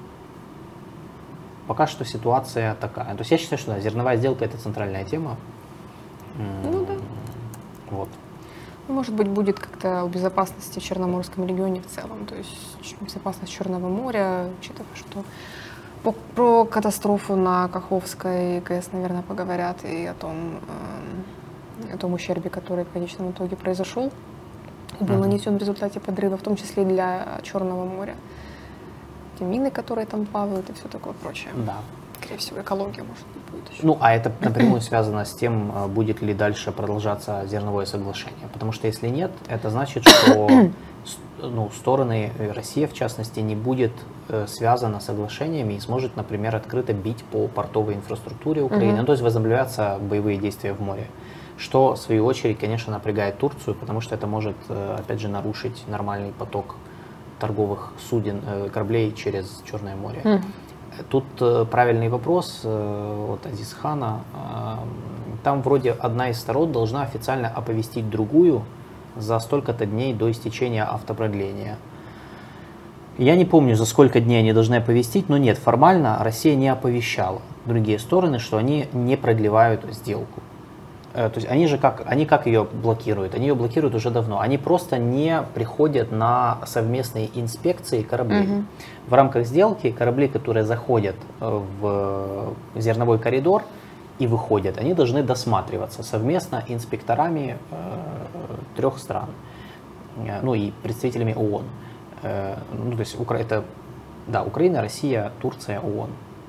пока что ситуация такая. То есть я считаю, что да, зерновая сделка – это центральная тема. Ну да. Вот. Может быть, будет как-то о безопасности в Черноморском регионе в целом, то есть безопасность Черного моря, учитывая, что по, про катастрофу на Каховской ГЭС, наверное, поговорят, и о том, э, о том ущербе, который в конечном итоге произошел и был нанесен в результате подрыва, в том числе и для Черного моря. Те мины, которые там плавают и все такое прочее. Да. Скорее всего, экология, может быть, будет еще. Ну, а это напрямую связано с тем, будет ли дальше продолжаться зерновое соглашение. Потому что если нет, это значит, что ну, стороны, Россия в частности, не будет э, связана соглашениями и сможет, например, открыто бить по портовой инфраструктуре Украины, uh-huh. ну, то есть возобновляться боевые действия в море. Что, в свою очередь, конечно, напрягает Турцию, потому что это может, э, опять же, нарушить нормальный поток торговых суден, э, кораблей через Черное море. Uh-huh. Тут э, правильный вопрос э, от Азизхана. Э, там вроде одна из сторон должна официально оповестить другую за столько-то дней до истечения автопродления. Я не помню, за сколько дней они должны оповестить, но нет, формально Россия не оповещала другие стороны, что они не продлевают сделку. Э, то есть они же как, они как ее блокируют? Они ее блокируют уже давно. Они просто не приходят на совместные инспекции кораблей. Угу. В рамках сделки корабли, которые заходят в зерновой коридор и выходят, они должны досматриваться совместно инспекторами э, трех стран, э, ну и представителями ООН. Э, ну, то есть Укра... это да, Украина, Россия, Турция, ООН.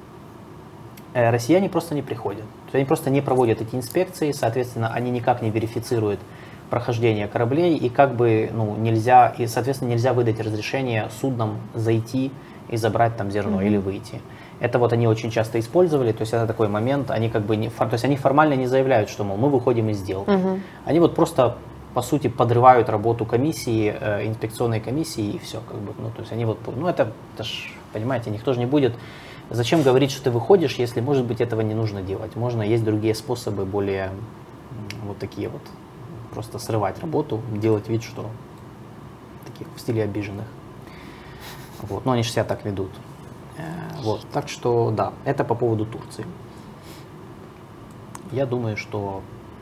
Э, россияне просто не приходят. То есть они просто не проводят эти инспекции, соответственно, они никак не верифицируют прохождение кораблей, и как бы ну, нельзя, и, соответственно, нельзя выдать разрешение суднам зайти и забрать там зерно mm-hmm. или выйти. Это вот они очень часто использовали, то есть это такой момент, они как бы не, то есть они формально не заявляют, что мол, мы выходим из сделки. Mm-hmm. Они вот просто по сути подрывают работу комиссии, э, инспекционной комиссии и все, как бы, ну то есть они вот, ну это, это ж, понимаете, никто же не будет. Зачем говорить, что ты выходишь, если может быть этого не нужно делать? Можно, есть другие способы, более вот такие вот. Просто срывать работу, делать вид, что таких в стиле обиженных. Вот. Но они же себя так ведут. Вот. Так что да, это по поводу Турции. Я думаю, что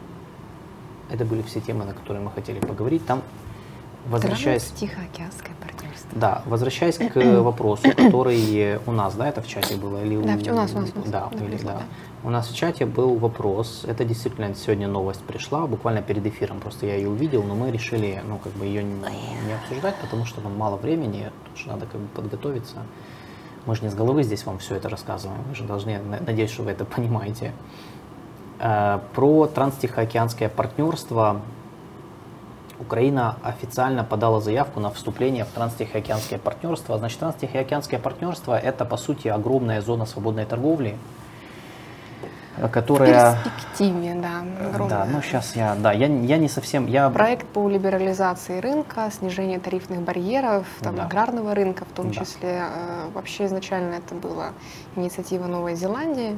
это были все темы, на которые мы хотели поговорить. Там, возвращаясь... Тихоокеанское партнерство. Да, возвращаясь к вопросу, который у нас, да, это в чате было? Или да, у... у нас, у нас. Да, да, или, да. да. У нас в чате был вопрос, это действительно сегодня новость пришла, буквально перед эфиром, просто я ее увидел, но мы решили, ну, как бы ее не, не обсуждать, потому что нам мало времени, тут же надо как бы подготовиться. Мы же не с головы здесь вам все это рассказываем, вы же должны, надеюсь, что вы это понимаете. Про транстихоокеанское партнерство. Украина официально подала заявку на вступление в транстихоокеанское партнерство. Значит, транстихоокеанское партнерство – это, по сути, огромная зона свободной торговли, которая... В перспективе, да, огромная. Да, ну сейчас я, да, я, я не совсем... Я... Проект по либерализации рынка, снижение тарифных барьеров, там, да. аграрного рынка в том да. числе. Вообще изначально это была инициатива Новой Зеландии.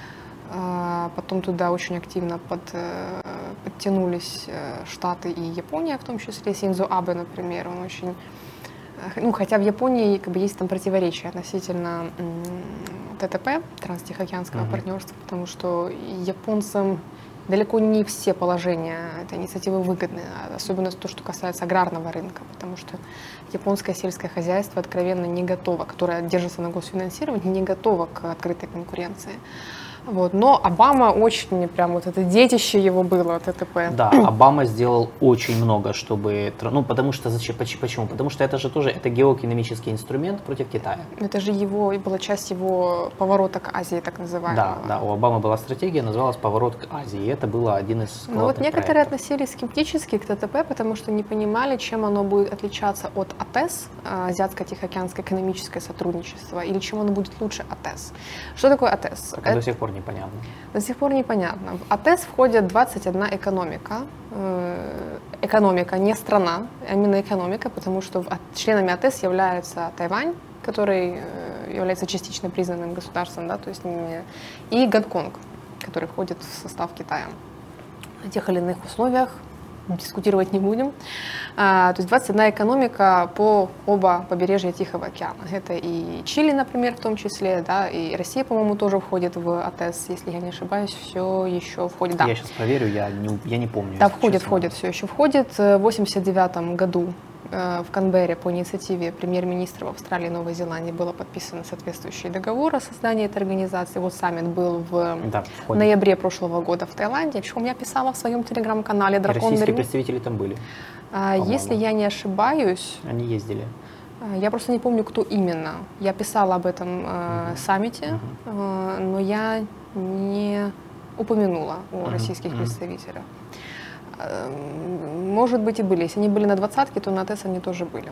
Потом туда очень активно под, подтянулись Штаты и Япония, в том числе Синдзо Абе, например, он очень, ну, хотя в Японии как бы есть там противоречия относительно ТТП, транстихоокеанского mm-hmm. партнерства, потому что японцам далеко не все положения этой инициативы выгодны, особенно то, что касается аграрного рынка, потому что японское сельское хозяйство откровенно не готово, которое держится на госфинансировании, не готово к открытой конкуренции. Вот. Но Обама очень, прям вот это детище его было, ТТП. Да, Обама сделал очень много, чтобы, ну потому что, зачем, почему? Потому что это же тоже, это геоэкономический инструмент против Китая. Это же его, была часть его поворота к Азии, так называемого. Да, да, у Обамы была стратегия, называлась «Поворот к Азии», и это было один из Ну вот некоторые проектов. Относились скептически к ТТП, потому что не понимали, чем оно будет отличаться от АТЭС, Азиатско-Тихоокеанское экономическое сотрудничество, или чем оно будет лучше АТЭС. Что такое АТЭС? Так, это... До сих пор непонятно. До сих пор непонятно. В АТЭС входит двадцать одна экономика. Экономика, не страна, а именно экономика, потому что членами АТЭС являются Тайвань, который является частично признанным государством, да, то есть не... и Гонконг, который входит в состав Китая. На тех или иных условиях дискутировать не будем. А, то есть двадцать одна экономика по оба побережья Тихого океана. Это и Чили, например, в том числе, да, и Россия, по-моему, тоже входит в АТЭС, если я не ошибаюсь, все еще входит. Да. Я сейчас проверю, я не, я не помню. Да, входит, честно. входит, все еще входит. В восемьдесят девятом году в Канберре по инициативе премьер-министра Австралии и Новой Зеландии было подписано соответствующий договор о создании этой организации. Вот саммит был в да, ноябре прошлого года в Таиланде. Причем я писала в своем телеграм-канале Дракон Рю. Российские представители там были. А, если я не ошибаюсь... Они ездили. Я просто не помню, кто именно. Я писала об этом э, uh-huh. саммите, uh-huh. э, но я не упомянула о uh-huh. российских uh-huh. представителях. Может быть и были. Если они были на двадцатке, то на АТЭС они тоже были.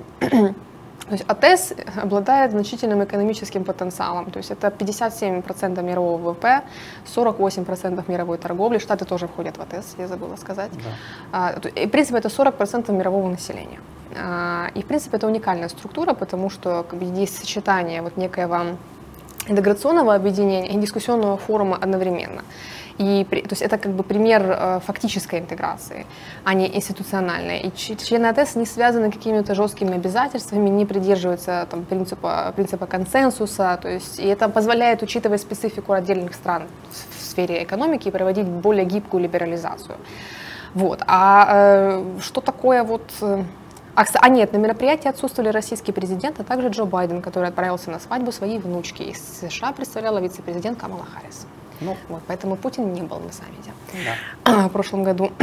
То есть АТЭС обладает значительным экономическим потенциалом. То есть это пятьдесят семь процентов мирового ВВП, сорок восемь процентов мировой торговли. Штаты тоже входят в АТЭС, я забыла сказать. Да. И, в принципе, это сорок процентов мирового населения. И, в принципе, это уникальная структура, потому что как бы, есть сочетание вот некоего интеграционного объединения и дискуссионного форума одновременно. И, то есть это как бы пример э, фактической интеграции, а не институциональной. И члены АТЭС не связаны какими-то жесткими обязательствами, не придерживаются там, принципа, принципа консенсуса. То есть, и это позволяет учитывать специфику отдельных стран в, в сфере экономики и проводить более гибкую либерализацию. Вот. А э, что такое вот... А, а нет, на мероприятии отсутствовали российский президент, а также Джо Байден, который отправился на свадьбу своей внучки. Из США представляла вице-президент Камала Харрис. Ну, вот, поэтому Путин не был на саммите да. в прошлом году.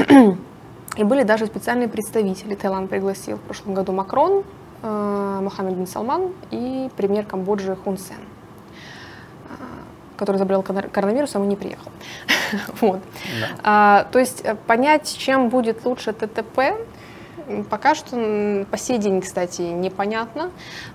И были даже специальные представители. Таиланд пригласил в прошлом году Макрон, э, Мохаммед бин Салман и премьер Камбоджи Хун Сен, э, который заболел коронавирусом и не приехал. вот. да. а, то есть понять, чем будет лучше ТТП, пока что по сей день, кстати, непонятно.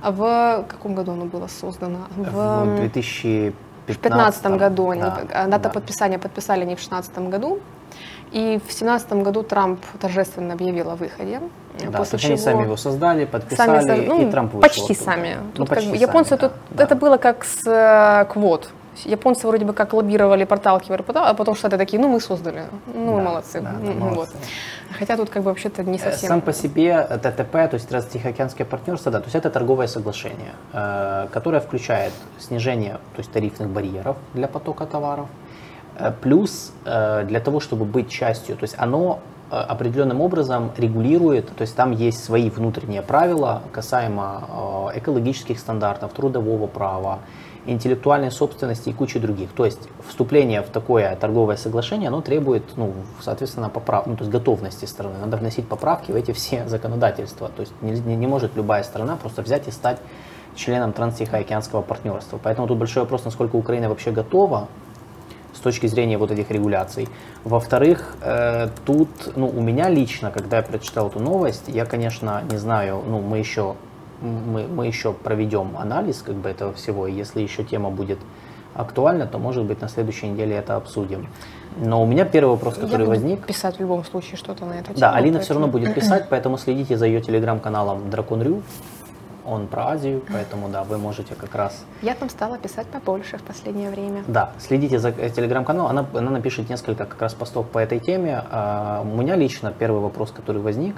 В каком году оно было создано? В, в две тысячи В пятнадцатом году они, да, дата да. подписания подписали они в шестнадцатом году, и в семнадцатом году Трамп торжественно объявил о выходе. Да, после чего... они сами его создали, подписали, сами, ну, и Трамп вышел. Почти сами. Ну, тут почти как бы, японцы сами, тут да, это да. было как с э, квот. Японцы вроде бы как лоббировали, проталкивали, а потом штаты такие, ну мы создали, ну мы да, молодцы. Да, да, молодцы. Вот. Хотя тут как бы вообще-то не совсем. Сам по себе ТТП, то есть Транстихоокеанское партнерство, да, то есть это торговое соглашение, э, которое включает снижение, то есть тарифных барьеров для потока товаров, э, плюс э, для того, чтобы быть частью, то есть оно э, определенным образом регулирует, то есть там есть свои внутренние правила касаемо э, экологических стандартов, трудового права, интеллектуальной собственности и кучи других. То есть вступление в такое торговое соглашение, оно требует, ну, соответственно, поправ... ну, то есть готовности страны. Надо вносить поправки в эти все законодательства. То есть не, не может любая страна просто взять и стать членом Транстихоокеанского партнерства. Поэтому тут большой вопрос, насколько Украина вообще готова с точки зрения вот этих регуляций. Во-вторых, э, тут, ну, у меня лично, когда я прочитал эту новость, я, конечно, не знаю, ну, мы еще Мы, мы еще проведем анализ как бы этого всего, и если еще тема будет актуальна, то, может быть, на следующей неделе это обсудим. Но у меня первый вопрос, который я буду возник... писать в любом случае что-то на эту тему. Да, Алина поэтому... все равно будет писать, поэтому следите за ее телеграм-каналом Дракон Рю. Он про Азию, поэтому, да, вы можете как раз... Я там стала писать побольше в последнее время. Да, следите за телеграм-каналом, она, она напишет несколько как раз постов по этой теме. А у меня лично первый вопрос, который возник,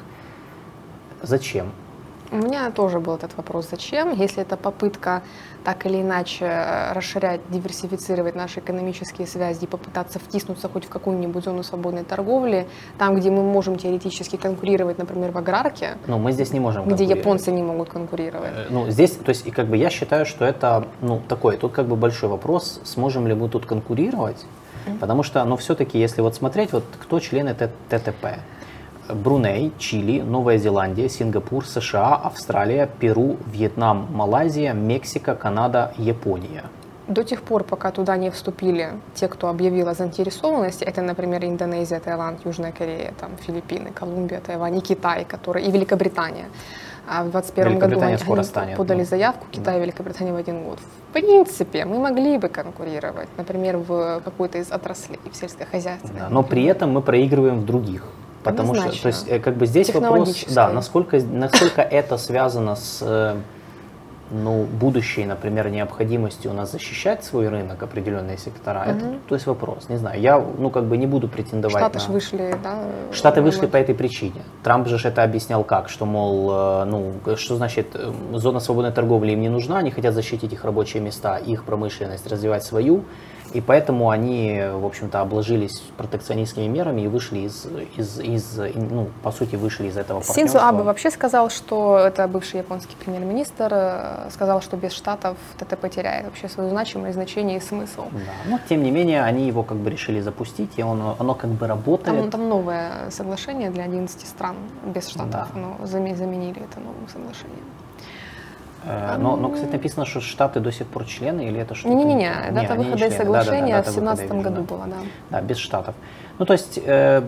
зачем? У меня тоже был этот вопрос, зачем, если это попытка так или иначе расширять, диверсифицировать наши экономические связи и попытаться втиснуться хоть в какую-нибудь зону свободной торговли, там, где мы можем теоретически конкурировать, например, в аграрке, но мы здесь не можем где японцы не могут конкурировать. Ну, здесь, то есть, и как бы я считаю, что это, ну, такой, тут как бы большой вопрос, сможем ли мы тут конкурировать, mm-hmm. потому что, ну, все-таки, если вот смотреть, вот кто члены ТТП? Бруней, Чили, Новая Зеландия, Сингапур, США, Австралия, Перу, Вьетнам, Малайзия, Мексика, Канада, Япония. До тех пор, пока туда не вступили те, кто объявил о заинтересованности, это, например, Индонезия, Таиланд, Южная Корея, там, Филиппины, Колумбия, Тайвань и Китай, который, и Великобритания. А в двадцать первом году они, они станет, подали ну, заявку, Китай да. и Великобритания в один год. В принципе, мы могли бы конкурировать, например, в какой-то из отраслей, в сельскохозяйственной. Да, но при этом мы проигрываем в других. Потому что, то есть, как бы здесь вопрос, да, насколько, насколько это связано с, ну, будущей, например, необходимости у нас защищать свой рынок, определенные сектора, угу. это, то есть вопрос, не знаю. Я, ну, как бы не буду претендовать Штаты на... ж вышли, да? Штаты вышли по этой причине. Трамп же это объяснял как, что, мол, ну, что значит, зона свободной торговли им не нужна, они хотят защитить их рабочие места, их промышленность, развивать свою, и поэтому они, в общем-то, обложились протекционистскими мерами и вышли из, из, из ну, по сути, вышли из этого партнерства. Синдзо Абе вообще сказал, что, это бывший японский премьер-министр, сказал, что без Штатов ТТП теряет вообще свою значимость, значение и смысл. Да, но тем не менее, они его как бы решили запустить, и он, оно как бы работает. Там, там новое соглашение для одиннадцати стран без Штатов, Да. но заменили это новым соглашением. Но, но, кстати, написано, что Штаты до сих пор члены, или это что-то? Не-не-не, дата не, выхода из соглашения да, да, да, в семнадцатом году была, да. Да, без Штатов. Ну, то есть, э,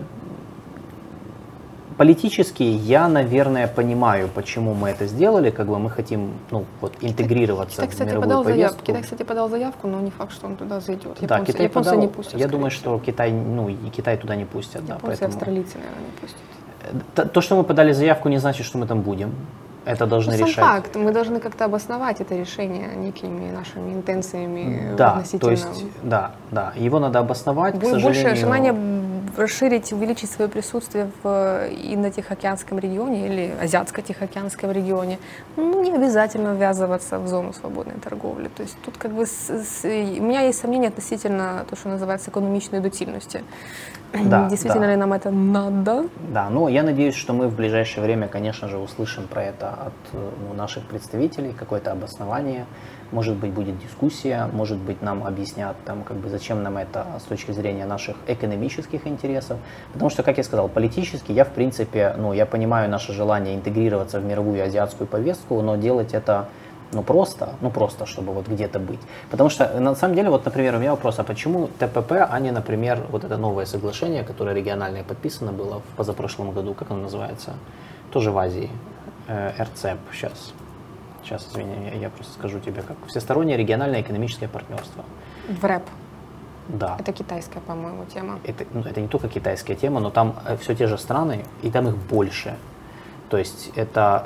политически я, наверное, понимаю, почему мы это сделали, как бы мы хотим, ну, вот, интегрироваться Китай, в кстати, мировую подал повестку. заявку. Китай, кстати, подал заявку, но не факт, что он туда зайдет. Японцы, Да, Китай японцы подал, не пустят. я думаю, что Китай, ну, и Китай туда не пустят. Японцы да, поэтому... и австралийцы, наверное, не пустят. То, то, что мы подали заявку, не значит, что мы там будем. Это должны ну, сам решать. факт, мы должны как-то обосновать это решение некими нашими интенциями. Да, то есть, да, да, его надо обосновать, Будет к сожалению. больше желания расширить, увеличить свое присутствие в Индо-Тихоокеанском регионе или Азиатско-Тихоокеанском регионе. Ну, не обязательно ввязываться в зону свободной торговли. То есть тут как бы с, с, у меня есть сомнения относительно то, что называется экономичной дотильности. Да, Действительно да. ли нам это надо? Да, но я надеюсь, что мы в ближайшее время, конечно же, услышим про это от ну, наших представителей, какое-то обоснование. Может быть, будет дискуссия, может быть, нам объяснят, там, как бы, зачем нам это с точки зрения наших экономических интересов. Потому что, как я сказал, политически я, в принципе, ну, я понимаю наше желание интегрироваться в мировую азиатскую повестку, но делать это ну, просто, ну, просто, чтобы вот где-то быть. Потому что, на самом деле, вот, например, у меня вопрос, а почему ТПП, а не, например, вот это новое соглашение, которое региональное подписано было в позапрошлом году, как оно называется? Тоже в Азии. РЦЕП, сейчас. Сейчас, извини, я, я просто скажу тебе, как всестороннее региональное экономическое партнерство. В рэп. Да. Это китайская, по-моему, тема. Это, ну, это не только китайская тема, но там все те же страны, и там их больше. То есть это,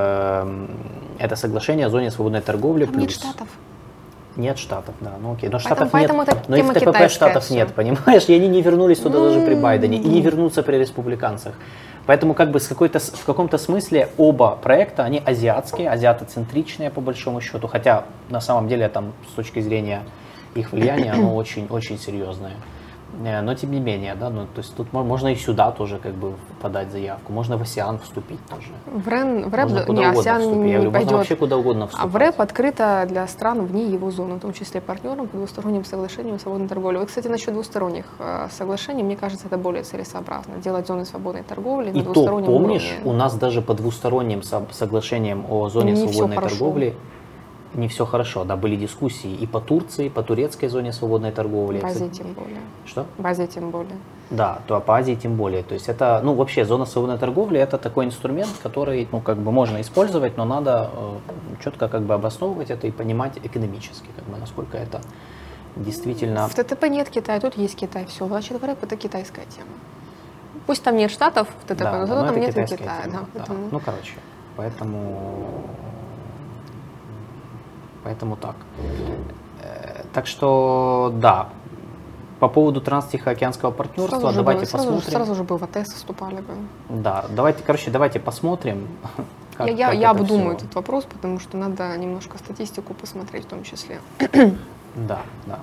э, это соглашение о зоне свободной торговли. Там плюс. нет штатов. Нет штатов, да, ну окей. Но Поэтому, штатов нет, поэтому но и в ТПП штатов все. нет, понимаешь? И они не вернулись туда Ну, даже при Байдене, и не вернутся при республиканцах. Поэтому как бы с какой-то, в каком-то смысле оба проекта, они азиатские, азиатоцентричные по большому счету, хотя на самом деле там с точки зрения их влияния оно очень-очень серьезное. Но тем не менее, да, ну, то есть тут можно и сюда тоже как бы подать заявку, можно в АСЕАН вступить тоже. В РЭН, в РЭП, можно куда не, угодно АСЕАН вступить, не я говорю, пойдет. можно вообще куда угодно вступать. А в РЭП открыто для стран вне его зоны, в том числе партнерам по двусторонним соглашениям о свободной торговле. Вот, кстати, насчет двусторонних э, соглашений, мне кажется, это более целесообразно, делать зоны свободной торговли и на двустороннем то, помнишь, уровне. у нас даже по двусторонним соглашениям о зоне не свободной торговли не все хорошо, да, были дискуссии и по Турции, по турецкой зоне свободной торговли. В Азии тем более. Что? В Азии тем более. Да, то а по Азии тем более. То есть это, ну вообще зона свободной торговли это такой инструмент, который, ну как бы можно использовать, но надо э, четко как бы обосновывать это и понимать экономически, как бы насколько это действительно. В ТТП нет Китая, тут есть Китай, все. Значит, в РЭП это китайская тема. Пусть там нет штатов в ТТП, Да, но да, зато но там это нет и китайская Китая. тема, Да, да. поэтому... Ну короче, поэтому, поэтому так. Так что да. По поводу транстихоокеанского партнерства, сразу давайте же, посмотрим. Сразу, сразу же бы в АТЭС вступали бы. Да, давайте, короче, давайте посмотрим. Как, я я, как я это обдумаю все. этот вопрос, потому что надо немножко статистику посмотреть в том числе. Да, да.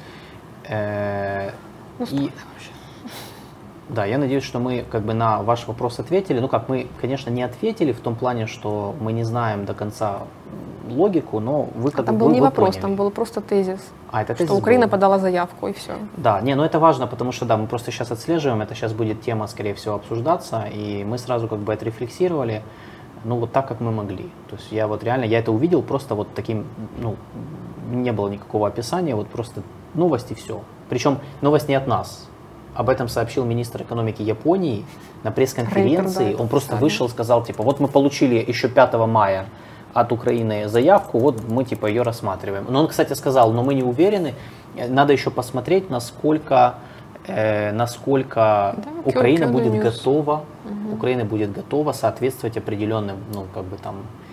Э, Ну, и, вообще. да, я надеюсь, что мы как бы на ваш вопрос ответили. Ну как, мы, конечно, не ответили в том плане, что мы не знаем до конца логику, но вы как А там бы был вы, не вы вопрос, поняли. там был просто тезис, А, это что тезис Украина был. подала заявку и все. Да, не, ну это важно, потому что да, мы просто сейчас отслеживаем, это сейчас будет тема, скорее всего, обсуждаться, и мы сразу как бы отрефлексировали, ну вот так, как мы могли. То есть я вот реально, я это увидел просто вот таким, ну, не было никакого описания, вот просто новость и все. Причем новость не от нас. Об этом сообщил министр экономики Японии на пресс-конференции. Рейтер, да, Он просто писали. вышел, сказал, типа, вот мы получили еще пятого мая от Украины заявку, вот мы типа ее рассматриваем. Но он, кстати, сказал, но мы не уверены, надо еще посмотреть, насколько, э, насколько Да, Украина Кёрден будет Ньюс. готова, Угу. Украина будет готова соответствовать определенным, ну, как бы там,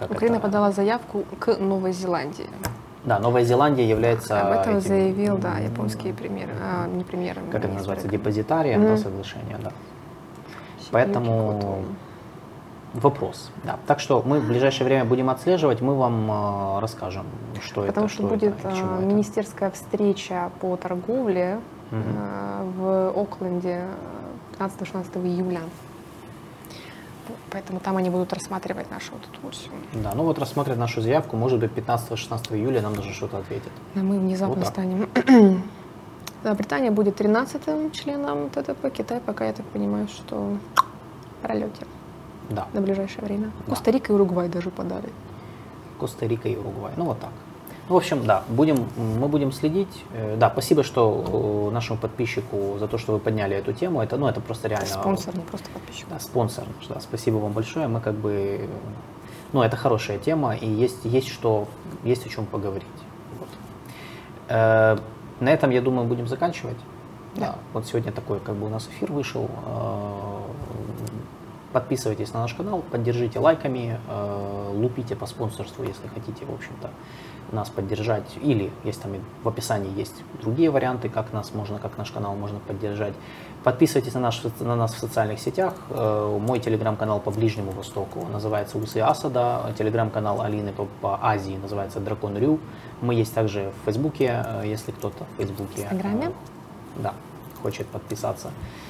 как Украина это... подала заявку к Новой Зеландии. Да, Новая Зеландия является... Об этом этим, заявил, да, японский премьер, а, не премьер. как это называется, депозитарием, mm-hmm. да, соглашения, да. Поэтому вопрос, да. Так что мы в ближайшее время будем отслеживать, мы вам э, расскажем, что Потому это, что, что будет это, и к чему министерская это. встреча по торговле mm-hmm. э, в Окленде пятнадцатого-шестнадцатого июля. Поэтому там они будут рассматривать нашу вот эту версию. Да, ну вот рассматривать нашу заявку, может быть, пятнадцатого-шестнадцатого июля нам даже что-то ответят. А мы внезапно вот станем. Да, Британия будет тринадцатым членом ТТП, Китай пока, я так понимаю, что в пролете. Да. На ближайшее время. Да. Коста-Рика и Уругвай даже подали. Коста-Рика и Уругвай, ну вот так. Ну, в общем, да, будем, мы будем следить. Да, спасибо, что нашему подписчику за то, что вы подняли эту тему. Это, ну, это просто реально... Спонсор, не просто подписчик. Да, спонсор. Да, спасибо вам большое. Мы как бы... Ну, это хорошая тема, и есть, есть, что, есть о чем поговорить. Вот. Э, на этом, я думаю, будем заканчивать. Да. Да, вот сегодня такой как бы у нас эфир вышел. Подписывайтесь на наш канал, поддержите лайками, лупите по спонсорству, если хотите, в общем-то, нас поддержать. Или есть там в описании есть другие варианты, как нас можно, как наш канал можно поддержать. Подписывайтесь на, наш, на нас в социальных сетях. Мой телеграм-канал по Ближнему Востоку называется Усы Асада. Телеграм-канал Алины по, по Азии называется Дракон Рю. Мы есть также в Фейсбуке, если кто-то в Фейсбуке. В Инстаграме? Да, хочет подписаться.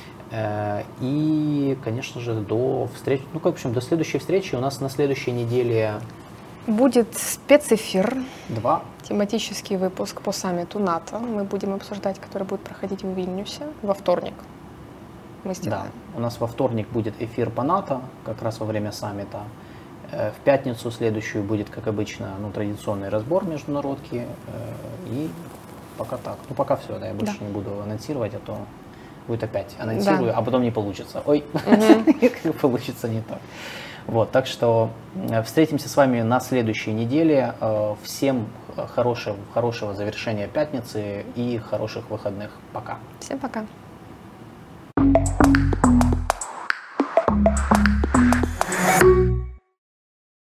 И, конечно же, до встречи, ну, в общем, до следующей встречи. У нас на следующей неделе будет спецэфир. Два. Тематический выпуск по саммиту НАТО. Мы будем обсуждать, который будет проходить в Вильнюсе во вторник. Мы да, у нас во вторник будет эфир по НАТО, как раз во время саммита. В пятницу следующую будет, как обычно, ну, традиционный разбор международки. И пока так. Ну, пока все, да, я больше да. не буду анонсировать, а то будет опять анонсирую, да. а потом не получится. Ой, угу. получится не так. Вот, так что встретимся с вами на следующей неделе. Всем хорошего, хорошего завершения пятницы и хороших выходных. Пока. Всем пока.